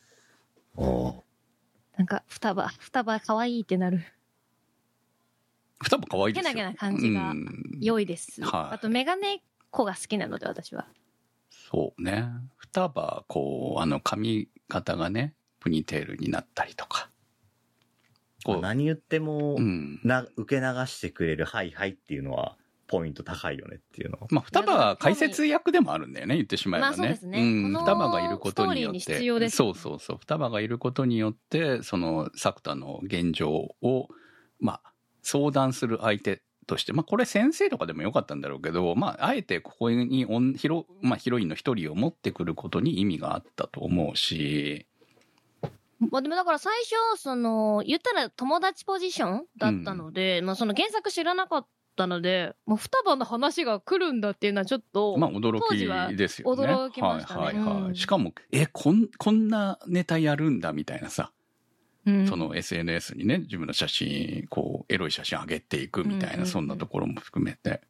なんか双葉可愛いってなる。 双葉可愛いですよ。 けなげな感じが良いです。 はい。 あとメガネっ子が好きなので私は。 そうね。双葉、こう、髪型がね、 プニテールになったりとか。こう何言っても、 うん。 受け流してくれるはいはいっていうのは、ポイント高いよねっていうのは。 まあ、双葉が解説役でもあるんだよね、言ってしまえばね。 まあそうですねうん。 この双葉がいることによっストーリーにて。 必要ですそうそうそう。双葉がいることによって、その、作田の現状を、まあ、相談する相手として、まあ、これ先生とかでもよかったんだろうけど、まあ、あえてここにヒロインの一人を持ってくることに意味があったと思うし、 まあでもだから最初、言ったら友達ポジションだったので、まあその原作知らなかったので、もう双葉の話が来るんだっていうのはちょっと、 まあ驚当時はきですよね。 驚きましたねはいはいはい。 うんしかも、こんなネタやるんだみたいなさ、 うんその SNS にね、自分の写真、こう、エロい写真上げていくみたいな、 うんうんうんそんなところも含めて。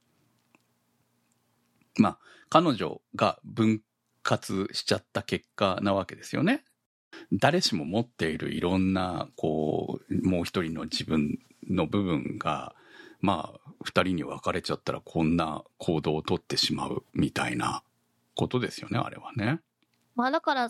まあ、彼女が分割しちゃった結果なわけですよね。誰しも持っているいろんな、こう、もう一人の自分の部分が、まあ、二人に分かれちゃったらこんな行動をとってしまうみたいなことですよね、あれはね。 まあだから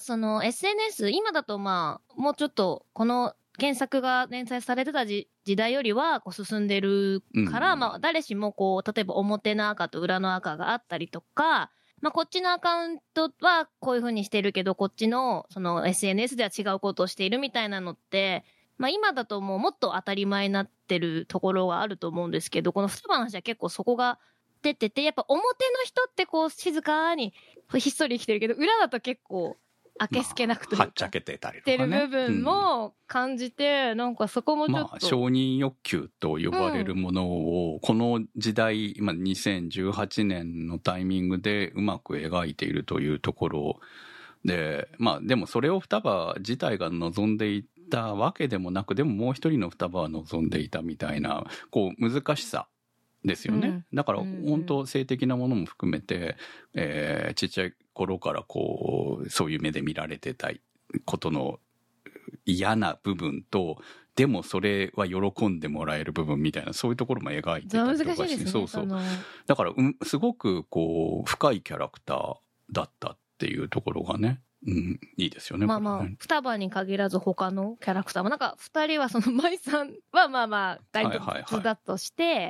SNS、今だとまあ、もうちょっとこの原作が連載されてた時代よりはこう進んでるから、 うんまあ誰しもこう、例えば表の赤と裏の赤があったりとか、まあこっちのアカウントはこういう風にしてるけど、こっちのその SNS では違うことをしているみたいなのって、まあ今だともうもっと当たり前になってるところはあると思うんですけど、この双葉の話は結構そこが出てて、やっぱ表の人ってこう静かにひっそり生きてるけど、裏だと結構あけすけなくというか、 はっちゃけてたりとてかね。 る部分も感じて、なんかそこもちょっと。 まあ、承認欲求と呼ばれるものを、この時代、今2018年のタイミングでうまく描いているというところで、まあでもそれを双葉自体が望んでいたわけでもなく、でももう一人の双葉は望んでいたみたいな、こう難しさですよね。だから本当性的なものも含めて、ちっちゃい頃からこう、そういう目で見られてたことの嫌な部分と、でもそれは喜んでもらえる部分みたいな、そういうところも描いてたりとかして、 難しいですね。 そうそう。だから、すごくこう、深いキャラクターだったっていうところがね、うん、いいですよね。 まあまあ、双葉に限らず他のキャラクターも、なんか二人は舞さんはまあまあ、大丈夫だとして、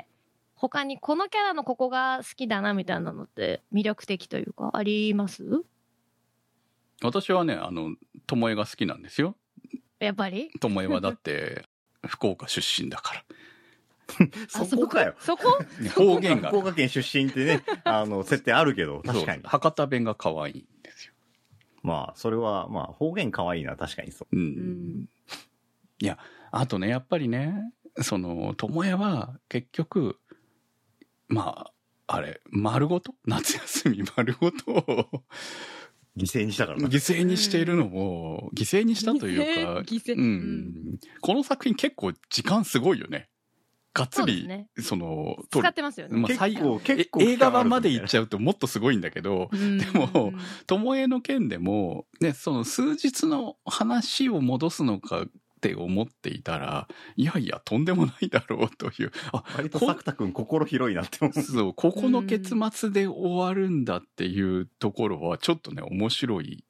他にこのキャラのここが好きだなみたいなのって魅力的というか、あります？ 私はね、巴が好きなんですよ。 やっぱり巴はだって、福岡出身だから。 そこかよ。 そこ方言が。 福岡県出身ってね、設定あるけど、確かに。 博多弁が可愛いんですよ。 まあ、それは、まあ、方言可愛いな、確かにそう。 いや、あとね、やっぱりね、巴は結局、まあ、あれ、丸ごと夏休み丸ごとを犠牲にしたからな。 犠牲にしているのも、犠牲にしたというか、この作品結構時間すごいよね。がっつり、 使ってますよね。 まあ、 結構映画版まで行っちゃうともっとすごいんだけど、でも、巴の件でも、ね、数日の話を戻すのかって思っていたら、いやいや、とんでもないだろうという。 割と作田くん心広いなって思う。 そう、ここの結末で終わるんだっていうところは、ちょっとね、面白い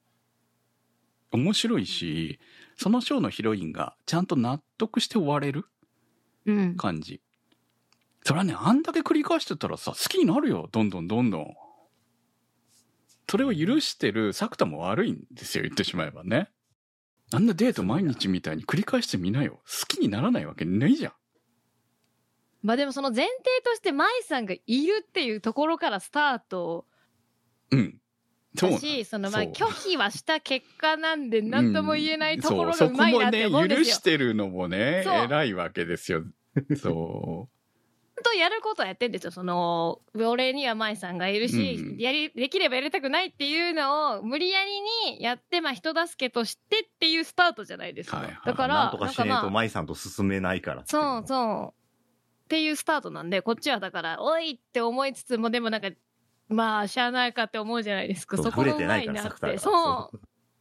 し、そのショーのヒロインがちゃんと納得して終われる感じ。それはね、あんだけ繰り返してたらさ、好きになるよ、どんどんどんどん。それを許してる作田も悪いんですよ、言ってしまえばね。あんなデート毎日みたいに繰り返してみなよ。好きにならないわけないじゃん。 まあでもその前提として舞さんがいるっていうところからスタート。だし、まあ拒否はした結果なんで何とも言えないところがうまいなって思うんですよ。 そこもね、許してるのもね、偉いわけですよ。そう。 とやることはやってんですよ。俺には舞さんがいるし、できればやりたくないっていうのを無理やりにやって、まあ人助けとしてっていうスタートじゃないですか。だから、 なんとかしねえと舞さんと進めないから。 そうそう。っていうスタートなんで、こっちはだから、おいって思いつつも、でもなんか、まあ、しゃあないかって思うじゃないですか。そこもうまいなって。そう。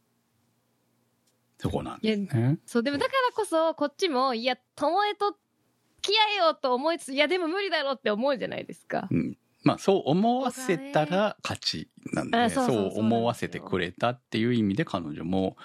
そこなんですね。 そう、でもだからこそ、こっちも、いや、巴と付き合えよと思いつつ、いや、でも無理だろって思うじゃないですか。 まあ、そう思わせたら勝ちなんで、そう思わせてくれたっていう意味で彼女も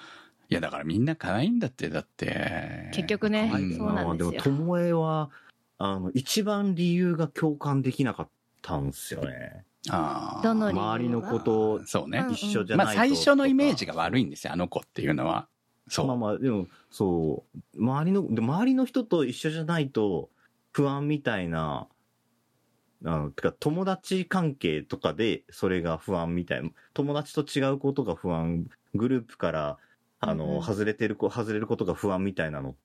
いやだからみんな可愛いんだって。だって結局ね、 うんそうなんですよ。 でも、ともえは、一番理由が共感できなかったんですよね。 あどの理由が周りの子とそうね、 一緒じゃないと、 まあ最初のイメージが悪いんですよ、あの子っていうのは。そう。 まあまあ、でも、そう、周りの人と一緒じゃないと不安みたいな、てか友達関係とかでそれが不安みたいな、友達と違うことが不安、グループから外れることが不安みたいなのって、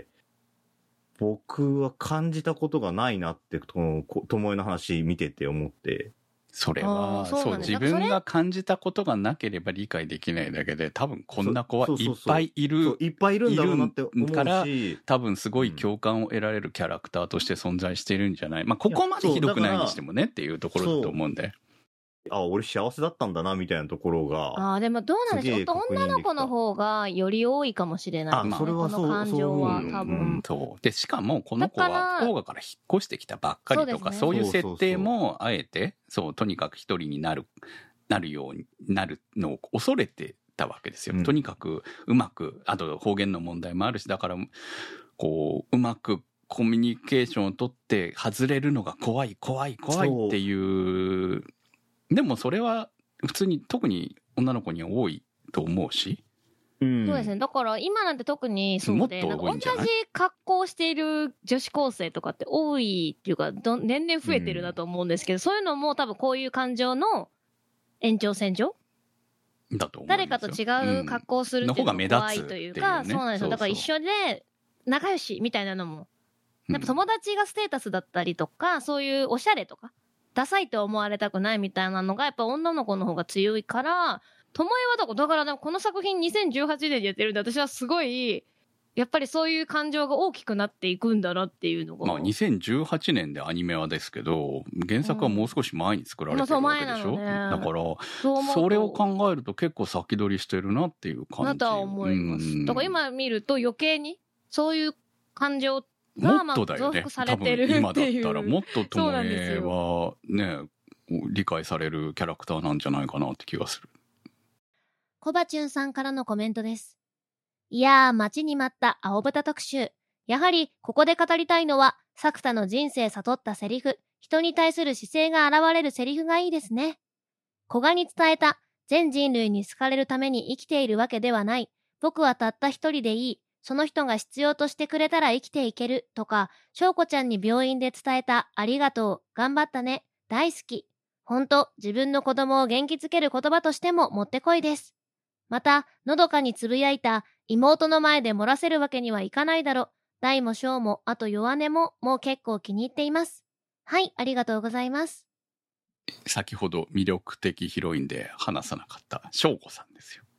僕は感じたことがないなって、ともえの話見てて思って。 それはそう自分が感じたことがなければ理解できないだけで、多分こんな子はいっぱいいるいっぱいいるんだろうなって思うし、 から多分すごい共感を得られるキャラクターとして存在しているんじゃない、まあここまでひどくないにしてもねっていうところだと思うんで。 俺幸せだったんだなみたいなところが。 でもどうなんでしょう。女の子の方がより多いかもしれない。 それはそう。 この感情は多分。 そう。で、しかもこの子は福岡から引っ越してきたばっかりとか、そういう設定もあえて、とにかく一人になるようになるのを恐れてたわけですよ。とにかくうまく、あと方言の問題もあるし、だから、うまくコミュニケーションを取って外れるのが怖いっていう、でもそれは普通に特に女の子には多いと思うし、 そうですね。だから今なんて特にそうで、なんか同じ格好をしている女子高生とかって多いっていうか、年々増えてるなと思うんですけど、そういうのも多分こういう感情の延長線上だと思う。 誰かと違う格好をするっていうのが怖いというか、そうなんですよ。だから一緒で仲良しみたいなのも、やっぱ友達がステータスだったりとか、そういうおしゃれとか、ダサいと思われたくないみたいなのがやっぱ女の子の方が強いから、ともえはだからこの作品2018年でやってるんで、私はすごいやっぱりそういう感情が大きくなっていくんだなっていうのが。 まあ2018年でアニメはですけど、原作はもう少し前に作られてるわけでしょ。だからそれを考えると結構先取りしてるなっていう感じ。 だとは思います。だから今見ると余計にそういう感情もっとだよね。多分今だったらもっとともえはね、理解されるキャラクターなんじゃないかなって気がする。 コバチュンさんからのコメントです。いやー、待ちに待った青豚特集。やはりここで語りたいのは、作田の人生悟ったセリフ、人に対する姿勢が現れるセリフがいいですね。古賀に伝えた、全人類に好かれるために生きているわけではない。僕はたった一人でいい。その人が必要としてくれたら生きていけるとか、翔子ちゃんに病院で伝えたありがとう、頑張ったね、大好き。ほんと、自分の子供を元気づける言葉としてももってこいです。また、のどかにつぶやいた、妹の前で漏らせるわけにはいかないだろ。大も小も、あと弱音も、もう結構気に入っています。はい、ありがとうございます。 先ほど魅力的ヒロインで話さなかった翔子さんですよ。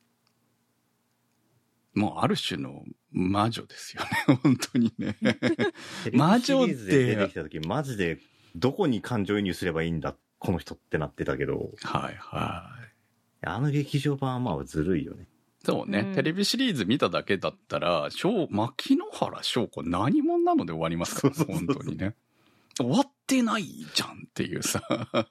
もうある種の魔女ですよね、本当にね。魔女って出てきた時マジでどこに感情移入すればいいんだこの人ってなってたけど、 はいはい。 あの劇場版はまあずるいよね。 そうね、テレビシリーズ見ただけだったら牧之原翔子何者なので終わりますからね、本当にね。終わってないじゃんっていうさ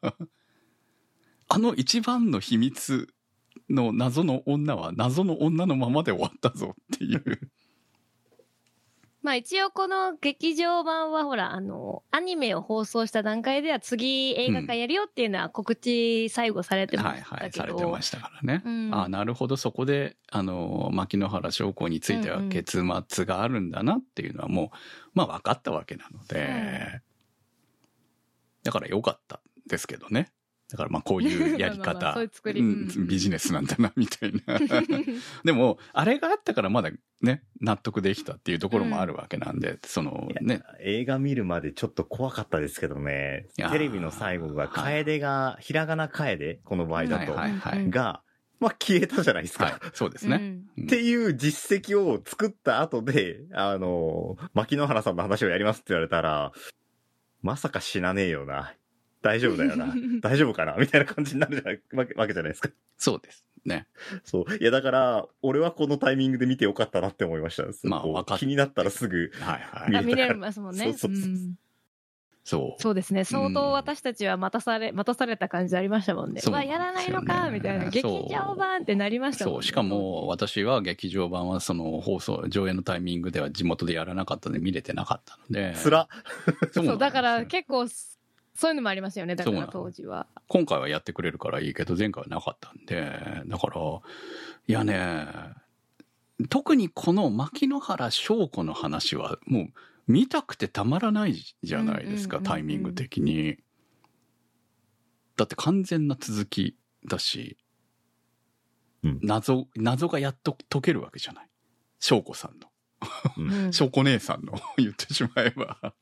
一番の秘密の謎の女は謎の女のままで終わったぞっていうまあ一応この劇場版はほらアニメを放送した段階では次映画化やるよっていうのは告知最後されてましたけど、 はいはい、されてましたからね、なるほど、そこで牧之原翔子については結末があるんだなっていうのはもうまあ分かったわけなので、だから良かったですけどね。だからまあこういうやり方ビジネスなんだなみたいなでもあれがあったからまだね納得できたっていうところもあるわけなんで、ね、 映画見るまでちょっと怖かったですけどね。テレビの最後が楓が、ひらがな楓この場合だと、がまあ消えたじゃないですか、 そうですね、 っていう実績を作った後で牧之原さんの話をやりますって言われたら、まさか死なねえよな、大丈夫だよな大丈夫かなみたいな感じになるわけじゃないですか。 そうですね。 そう。いやだから俺はこのタイミングで見てよかったなって思いました。 まあ気になったらすぐ見れますもんね。 そうそうですね。相当私たちは待たされた感じありましたもんね。 そううわ、やらないのかみたいな。劇場版ってなりましたもんね。 そう。しかも、私は劇場版はその上映のタイミングでは地元でやらなかったので見れてなかったので。 つら。 そう、だから結構、そういうのもありますよね。だから当時は。 今回はやってくれるからいいけど、前回はなかったんで、だから、いやね、特にこの牧之原祥子の話はもう見たくてたまらないじゃないですか、タイミング的に。だって完全な続きだし、謎がやっと解けるわけじゃない。祥子さんの。祥子姉さんの言ってしまえば。だから、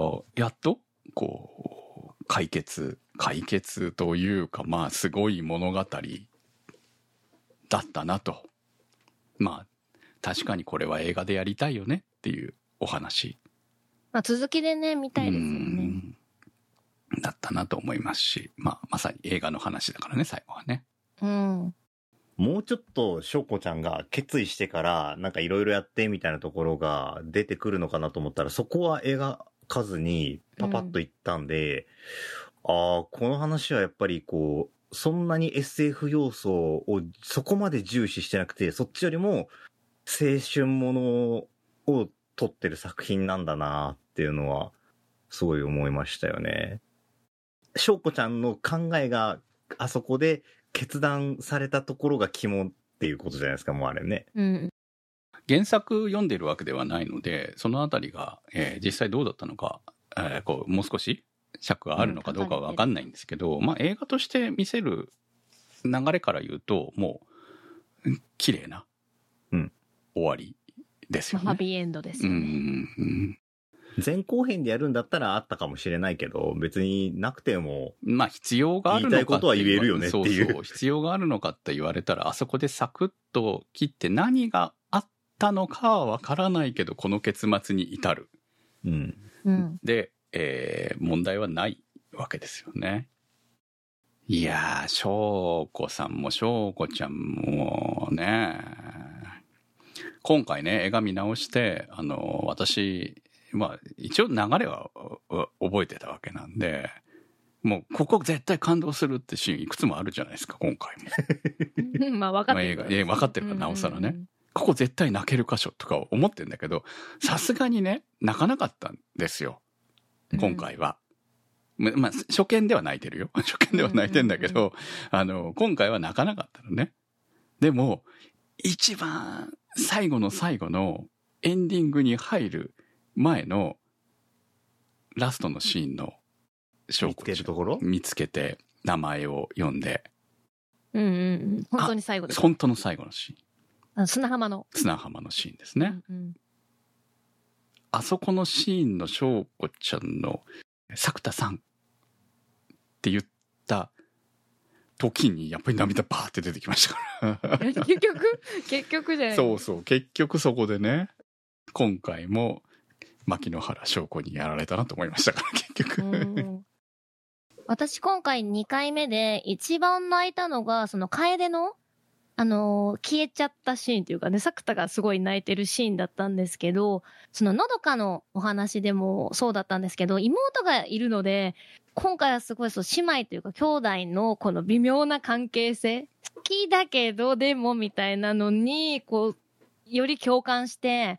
やっと、こう、解決というか、まあ、すごい物語だったなと。まあ、確かにこれは映画でやりたいよねっていうお話。 まあ、続きでね、見たいですよね。 だったなと思いますし、まあ、まさに映画の話だからね、最後はね。 もうちょっと翔子ちゃんが決意してからなんかいろいろやってみたいなところが出てくるのかなと思ったら、そこは描かずにパパッといったんで、この話はやっぱりこうそんなに SF 要素をそこまで重視してなくて、そっちよりも青春ものを撮ってる作品なんだなっていうのはすごい思いましたよね。翔子ちゃんの考えがあそこで決断されたところが肝っていうことじゃないですか、もうあれね。 原作読んでるわけではないので、そのあたりが、実際どうだったのか、こうもう少し尺があるのかどうかは分かんないんですけど、まあ映画として見せる流れから言うと、もう綺麗な終わりですよね。 ハッピーエンドですよね。 前後編でやるんだったらあったかもしれないけど、別になくてもまあ必要があるのか言いたいことは言えるよねっていう。 そう必要があるのかって言われたら、あそこでサクッと切って何があったのかはわからないけど、この結末に至る。で、問題はないわけですよね。いやー、翔子さんも翔子ちゃんもね、今回ね、映画見直して、私、まあ、一応流れは覚えてたわけなんで、もう、ここ絶対感動するってシーンいくつもあるじゃないですか、今回も。 まあ、分かってる。 分かってるからなおさらね。ここ絶対泣ける箇所とか思ってんだけど、さすがにね、泣かなかったんですよ。今回は。まあ、初見では泣いてるよ。初見では泣いてんだけど、今回は泣かなかったのね。でも、一番最後の最後のエンディングに入る前のラストのシーンの見つけるところ見つけて名前を読んで。 本当に最後です。 本当の最後のシーン。 砂浜のシーンですね。あそこのシーンの翔子ちゃんの作田さんって言った時にやっぱり涙バーって出てきましたから結局じゃない。 そう結局そこでね、今回も牧之原祥子にやられたなと思いましたから結局私今回2回目で一番泣いたのがその楓の消えちゃったシーンというかね、作田がすごい泣いてるシーンだったんですけど、そののどかのお話でもそうだったんですけど、妹がいるので、今回はすごい姉妹というか兄弟のこの微妙な関係性、好きだけどでもみたいなのに、こう、より共感して、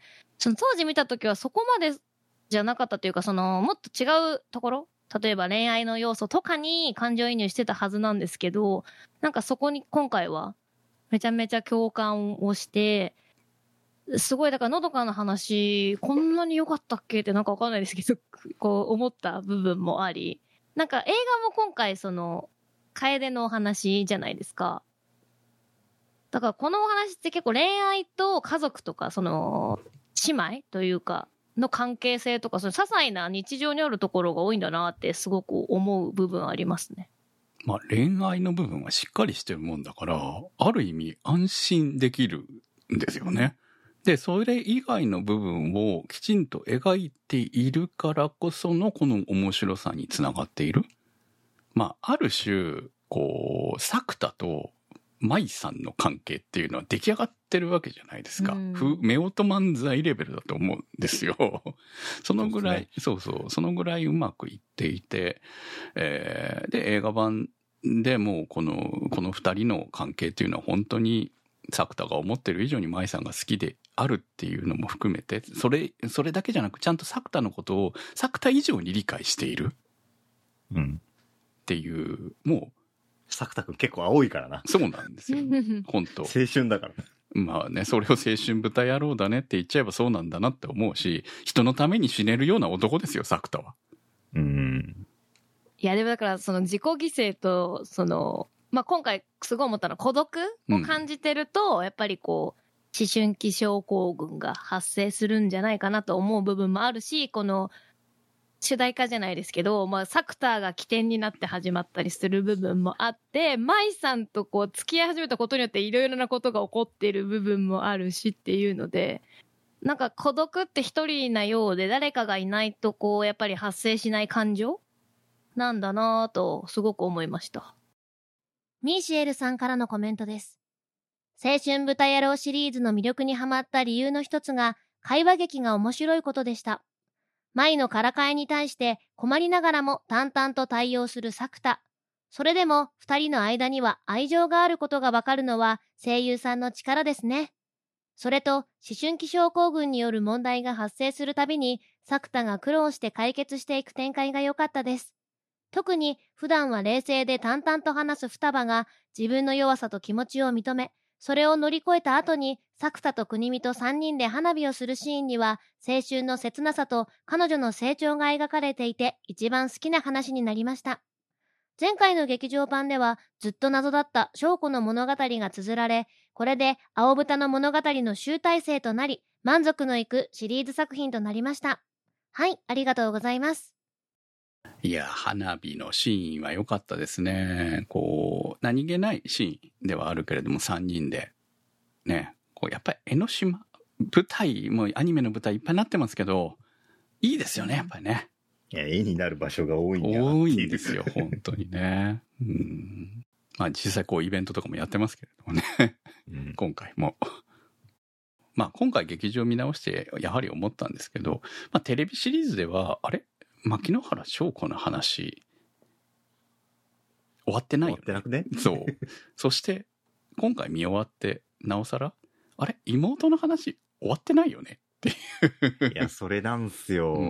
その当時見た時はそこまでじゃなかったというか、もっと違うところ、例えば恋愛の要素とかに感情移入してたはずなんですけど、なんかそこに今回は、めちゃめちゃ共感をして、すごい、だからのどかの話、こんなに良かったっけってなんかわかんないですけど、こう思った部分もあり、なんか映画も今回楓のお話じゃないですか。だからこのお話って結構恋愛と家族とか、姉妹というか、の関係性とか、些細な日常にあるところが多いんだなってすごく思う部分ありますね。 まあ恋愛の部分はしっかりしてるもんだから、ある意味安心できるんですよね。で、それ以外の部分をきちんと描いているからこそのこの面白さにつながっている。まあ、ある種、こう、作田と舞さんの関係っていうのは出来上がってるわけじゃないですか。 うん、 夫婦漫才レベルだと思うんですよ。そのぐらい、そうそう、そのぐらいうまくいっていて、で、映画版でもうこの二人の関係っていうのは本当に作田が思ってる以上に舞さんが好きであるっていうのも含めて、それだけじゃなく、ちゃんと作田のことを作田以上に理解している。っていう、もう、 作田くん結構青いからな。 そうなんですよ。本当。 青春だから。 まあね、それを青春豚野郎だねって言っちゃえばそうなんだなって思うし、人のために死ねるような男ですよ、作田は。 いや、でもだからその自己犠牲と、まあ、今回すごい思ったのは孤独を感じてると、やっぱりこう、思春期症候群が発生するんじゃないかなと思う部分もあるし、この、主題歌じゃないですけど、まあ、サクターが起点になって始まったりする部分もあって、舞さんとこう、付き合い始めたことによっていろいろなことが起こっている部分もあるしっていうので、なんか孤独って一人なようで誰かがいないとこう、やっぱり発生しない感情なんだなぁと、すごく思いました。 ミーシエルさんからのコメントです。青春豚野郎シリーズの魅力にハマった理由の一つが、会話劇が面白いことでした。舞のからかいに対して困りながらも淡々と対応する作田。それでも二人の間には愛情があることがわかるのは声優さんの力ですね。それと思春期症候群による問題が発生するたびに作田が苦労して解決していく展開が良かったです。特に普段は冷静で淡々と話す双葉が自分の弱さと気持ちを認め、それを乗り越えた後に作田と国見と3人で花火をするシーンには青春の切なさと彼女の成長が描かれていて一番好きな話になりました。前回の劇場版ではずっと謎だった翔子の物語が綴られ、これで青豚の物語の集大成となり満足のいくシリーズ作品となりました。はい、ありがとうございます。 いや、花火のシーンは良かったですね。こう、何気ないシーンではあるけれども、3人で。ね、こう、やっぱり江ノ島、舞台、もうアニメの舞台いっぱいになってますけど、いいですよね、やっぱりね。 いや、絵になる場所が多いんだ多いんですよ、本当にね。まあ、実際こう、イベントとかもやってますけれどもね。今回も。まあ、今回劇場見直して、やはり思ったんですけど、まあ、テレビシリーズでは、あれ牧之原翔子の話終わってないよね。 終わってなくね。 そう。そして今回見終わってなおさらあれ妹の話終わってないよねっていう。 いやそれなんすよ。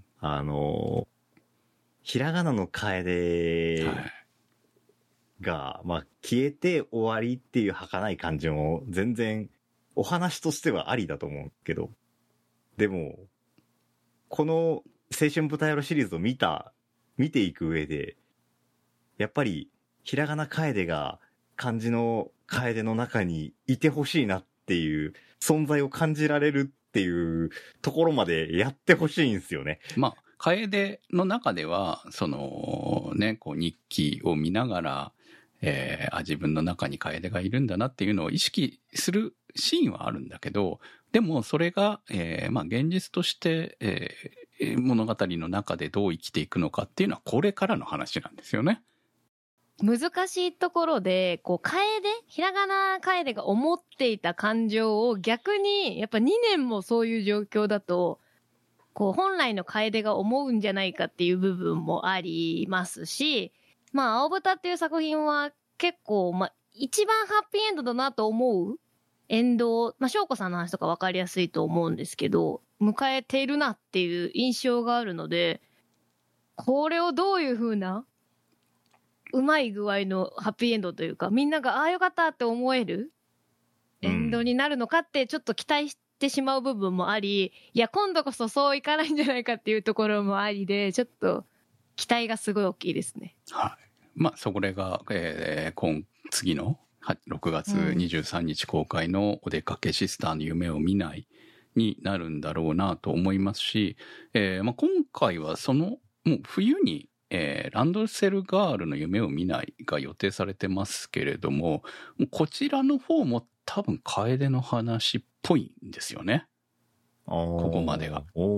ひらがなの楓が、まあ消えて終わりっていう儚い感じも全然お話としてはありだと思うけど、でもこの青春豚野郎シリーズを見ていく上で、やっぱり、ひらがな楓が漢字の楓の中にいてほしいなっていう存在を感じられるっていうところまでやってほしいんですよね。 まあ、楓の中では、そのね、こう日記を見ながら、自分の中に楓がいるんだなっていうのを意識するシーンはあるんだけど、でもそれが、まあ現実として、物語の中でどう生きていくのかっていうのはこれからの話なんですよね。 難しいところで、こう、ひらがな楓が思っていた感情を逆に、やっぱ2年もそういう状況だと、こう、本来の楓が思うんじゃないかっていう部分もありますし、まあ、青豚っていう作品は結構、まあ、一番ハッピーエンドだなと思うエンドを、まあ、翔子さんの話とか分かりやすいと思うんですけど、迎えているなっていう印象があるので、これをどういう風なうまい具合のハッピーエンドというか、みんながああよかったって思えるエンドになるのかってちょっと期待してしまう部分もあり、いや今度こそそういかないんじゃないかっていうところもありで、ちょっと期待がすごい大きいですね。 はい。まあそれが、次の6月23日公開のお出かけシスターの夢を見ないになるんだろうなと思いますし、まあ、今回はもう冬に、ランドセルガールの夢を見ないが予定されてますけれども、もうこちらの方も多分楓の話っぽいんですよね。ここまでが。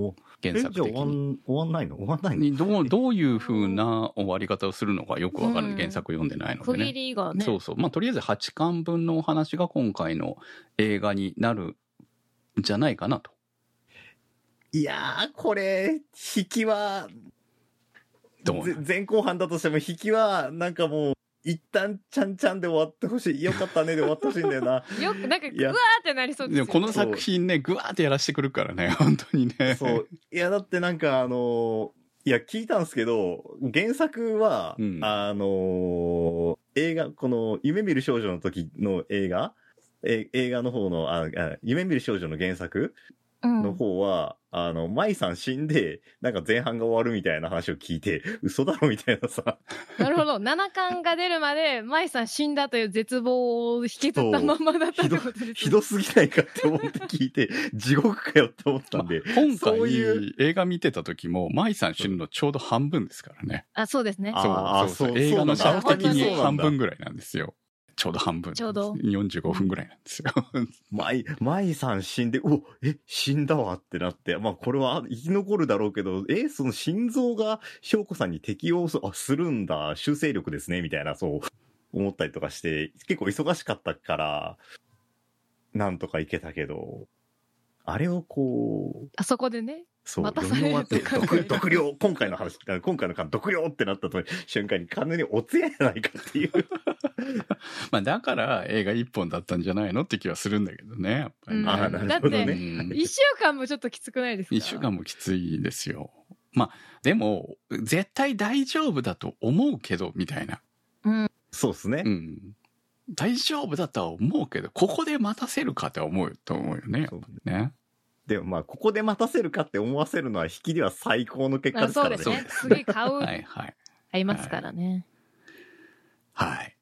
原作じゃあ的に。 終わんないのどういう風な終わり方をするのかよくわからない。 うん原作読んでないので区切ね。 りがね。 そうそう。まあ、とりあえず8巻分のお話が今回の映画になるんじゃないかなと。 いやー、これ、引きは、 どうなの前後半だとしても引きは、なんかもう、一旦ちゃんちゃんで終わってほしい。よかったねで終わってほしいんだよな。 よく、なんか、 いやうわーってなりそうですよね。 でもこの作品ね、ぐわーってやらしてくるからね、本当にね。 そう。いや、だってなんかいや、聞いたんですけど、原作は、 うん映画、この、夢見る少女の時の映画の方の、夢見る少女の原作の方は、舞さん死んで、なんか前半が終わるみたいな話を聞いて、嘘だろみたいなさ。 なるほど。7巻が出るまで、舞さん死んだという絶望を引きずったままだったってことですね。 ひどすぎないかって思って聞いて、地獄かよって思ったんで。 今そういう回映画見てた時も、舞さん死ぬのちょうど半分ですからね。 あ、そうですね。 そう映画のそうなんだ尺的にそうなんだ半分ぐらいなんですよ。ちょうど半分。 ちょうど 45分ぐらいなんですよ。 舞さん死んで、死んだわってなって、まあこれは生き残るだろうけど、その心臓が翔子さんに適応するんだ、修正力ですね、みたいな、そう思ったりとかして、結構忙しかったから、なんとかいけたけど、あれをこう、 あそこでね。 そう、 また読み終わって、 それと考える毒量、今回の毒量ってなった瞬間に完全におつやじゃないかっていう。 まあだから映画一本だったんじゃないのって気はするんだけどね、やっぱりね。 あーなるほどねだってうん一週間もちょっときつくないですか？ 一週間もきついですよ。まあでも絶対大丈夫だと思うけどみたいな。 そうですね。 うん。大丈夫だとは思うけど、ここで待たせるかって思うと思うよね。やっぱりね。 でもまあ、ここで待たせるかって思わせるのは引きでは最高の結果ですからね。 そうですね。次買う、 はいはい。 買いますからね。 はい。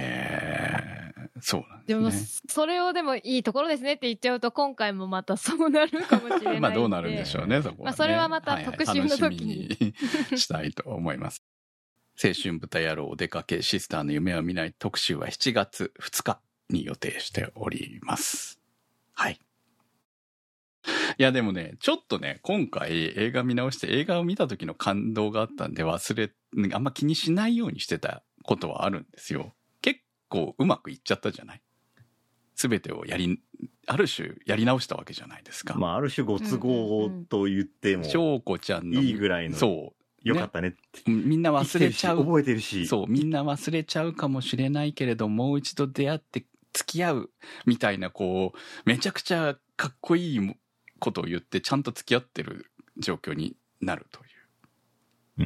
そうなんでも、 ですね。 それをでもいいところですねって言っちゃうと、今回もまたそうなるかもしれないんで。 まあどうなるんでしょうね、そこはね。 まあそれはまた特集の時に楽しみにしたいと思います。青春豚野郎お出かけシスターの夢を見ない特集は7月2日に予定しております。はい。いやでもね、ちょっとね、今回映画見直して映画を見た時の感動があったんであんま気にしないようにしてたことはあるんですよ。結構うまくいっちゃったじゃない。すべてをある種やり直したわけじゃないですか。 まあ、ある種ご都合と言っても、 翔子ちゃんの。 いいぐらいの。 そう。 よかったねって。 みんな忘れちゃう。 覚えてるし。 そう、みんな忘れちゃうかもしれないけれど、もう一度出会って付き合うみたいな、こう、めちゃくちゃかっこいいことを言ってちゃんと付き合ってる状況になるという。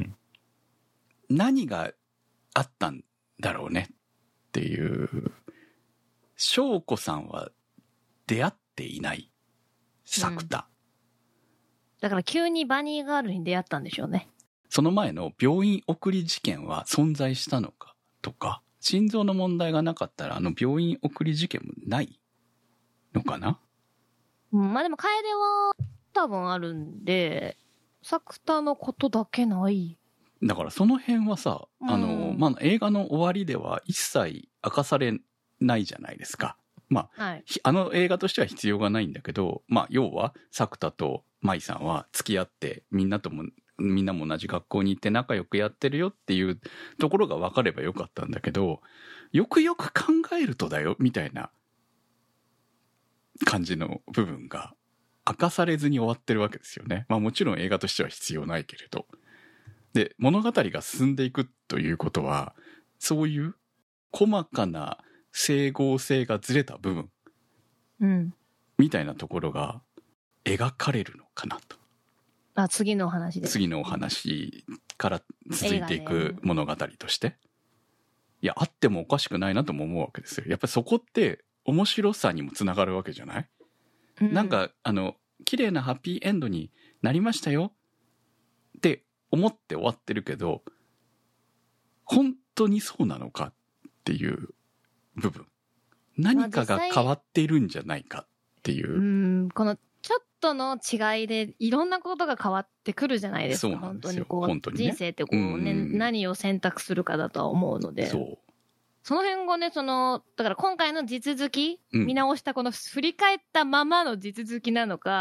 うん。 何があったんだろうねっていう。翔子さんは出会っていない作田。 だから急にバニーガールに出会ったんでしょうね。 その前の病院送り事件は存在したのかとか、心臓の問題がなかったら病院送り事件もないのかな？ まあでも楓は多分あるんで、作田のことだけない。 だからその辺はさ、 うんまあ映画の終わりでは一切明かされないじゃないですか。まあ、 はい。 映画としては必要がないんだけど、まあ要は作田と舞さんは付き合ってみんなも同じ学校に行って仲良くやってるよっていうところが分かればよかったんだけど、よくよく考えるとだよみたいな感じの部分が明かされずに終わってるわけですよね。まあもちろん映画としては必要ないけれど。で、物語が進んでいくということは、そういう細かな整合性がずれた部分うん。 みたいなところが描かれるのかなと。 あ、次のお話で。 次のお話から続いていく物語として。いや、あってもおかしくないなとも思うわけですよ。やっぱりそこって面白さにもつながるわけじゃない？なんか、綺麗なハッピーエンドになりましたよって思って終わってるけど、本当にそうなのかっていう部分。何かが変わっているんじゃないかっていう。 このちょっとの違いでいろんなことが変わってくるじゃないですか。 そうなんですよ本当にね、人生ってこうね、何を選択するかだとは思うので。 そう。 その辺をね、だから今回の地続き、 うん見直したこの振り返ったままの地続きなのか、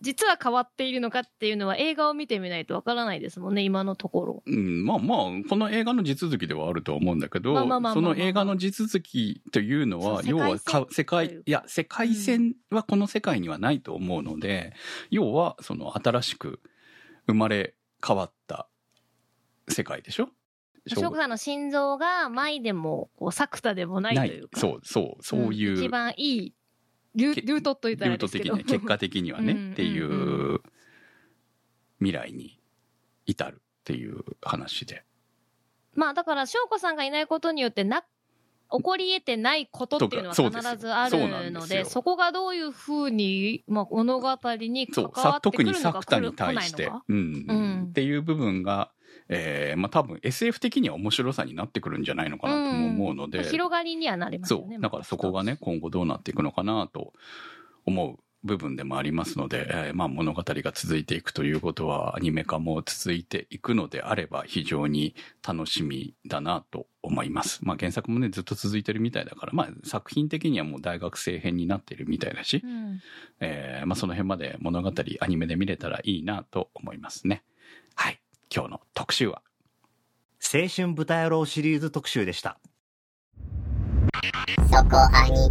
実は変わっているのかっていうのは映画を見てみないとわからないですもんね、今のところ。 まあまあ、この映画の地続きではあるとは思うんだけど、その映画の地続きというのは、要は世界線はこの世界にはないと思うので、要はその新しく生まれ変わった世界でしょ。 翔子さんの心臓が舞でもこう作田でもないというか。 そういう。 一番いいルートと言ったらですけど。 ルート的に、結果的にはね、っていう未来に至るっていう話で。 まあだから翔子さんがいないことによって起こり得てないことっていうのは必ずあるので、そこがどういうふうに、まあ、物語に関わってくるのか、 特に作田に対して、っていう部分が、まあ多分 SF 的には面白さになってくるんじゃないのかなと思うので、 広がりにはなりますよね。 だからそこがね、今後どうなっていくのかなと思う部分でもありますので、まあ物語が続いていくということはアニメ化も続いていくのであれば非常に楽しみだなと思います。まあ原作もねずっと続いてるみたいだから、まあ作品的にはもう大学生編になってるみたいだし、まあその辺まで物語アニメで見れたらいいなと思いますね。はい。今日の特集は青春豚野郎シリーズ特集でした。 そこアニ。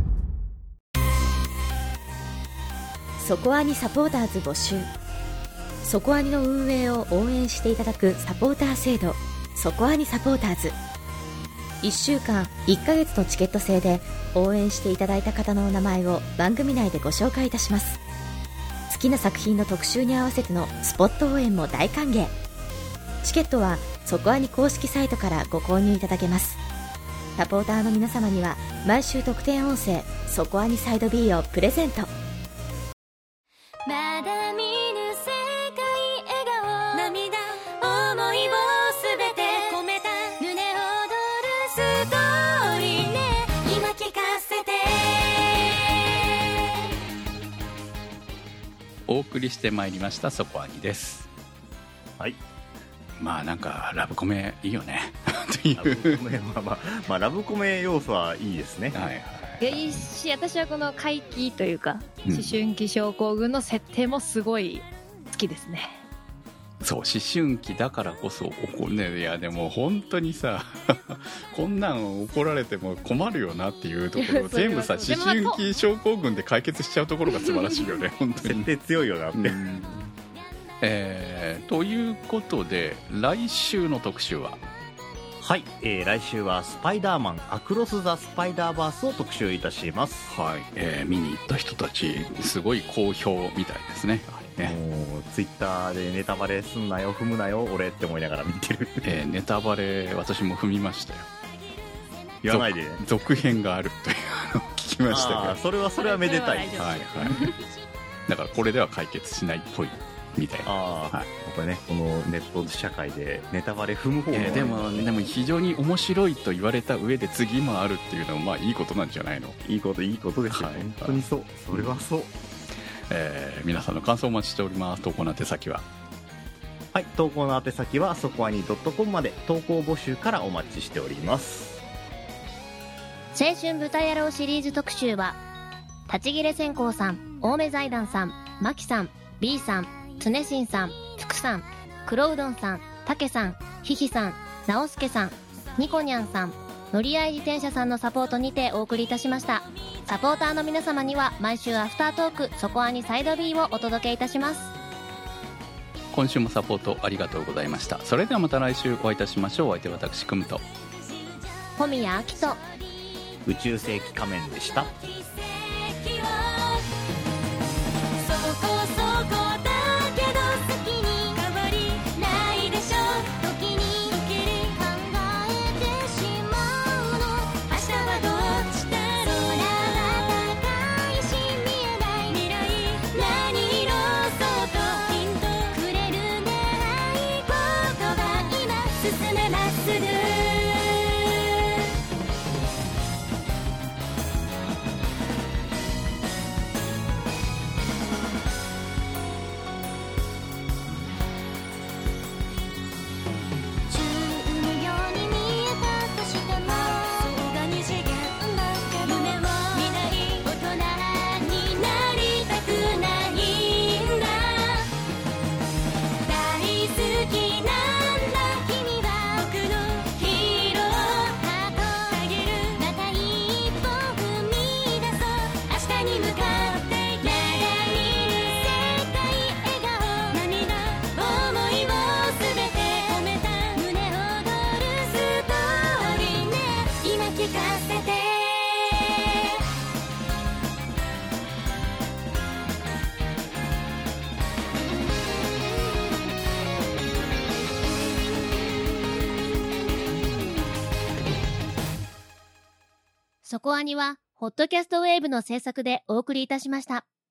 そこアニサポーターズ募集。そこアニの運営を応援していただくサポーター制度、そこアニサポーターズ。1週間1ヶ月のチケット制で応援していただいた方のお名前を番組内でご紹介いたします。好きな作品の特集に合わせてのスポット応援も大歓迎。チケットはそこアニ公式サイトからご購入いただけます。サポーターの皆様には毎週特典音声そこアニサイド B をプレゼント。 まだ見ぬ世界笑顔涙思いをすべて込めた胸躍るストーリーね、今聞かせて。 お送りしてまいりましたそこアニです。 はい。 まあなんかラブコメいいよねっていう。 まあラブコメ要素はいいですね。 はいはい。 いいし、私はこの怪奇というか、思春期症候群の設定もすごい好きですね。 そう、思春期だからこそ怒るね。いやでも本当にさこんなん怒られても困るよなっていうところを全部さ思春期症候群で解決しちゃうところが素晴らしいよね本当に。 設定強いよなって。 ということで来週の特集ははい、来週はスパイダーマンアクロス・ザ・スパイダーバースを特集いたします。 はい、見に行った人たちすごい好評みたいですね。 もうツイッターでネタバレすんなよ踏むなよ俺って思いながら見てる。 ネタバレ私も踏みましたよ。 言わないでね。 続編があるというのを聞きましたけど、 それはめでたい。はいはいだからこれでは解決しないっぽいみたいな。 はい、やっぱりねこのネット社会でネタバレ踏む方も、 でも非常に面白いと言われた上で次もあるっていうのはまあいいことなんじゃないの。 いいことですよ、はい、本当にそう、それはそう。 皆さんの感想をお待ちしております。投稿の宛先ははい、投稿の宛先はそこアニ.com まで投稿募集からお待ちしております。 青春豚野郎シリーズ特集は立ち切れ線香さん、青梅財団さん、マキさん、B さん、常新さん、福さん、黒うどんさん、たけさん、ひひさん、なおすけさん、にこにゃんさん、乗り合い自転車さんのサポートにてお送りいたしました。サポーターの皆様には毎週アフタートークそこアニサイド B をお届けいたします。 今週もサポートありがとうございました。それではまた来週お会いいたしましょう。お相手は私くむと小宮あきと宇宙世紀仮面でした。 夢を見ない大人になりたくないんだ。 そこアニは、ホットキャストウェーブの制作でお送りいたしました。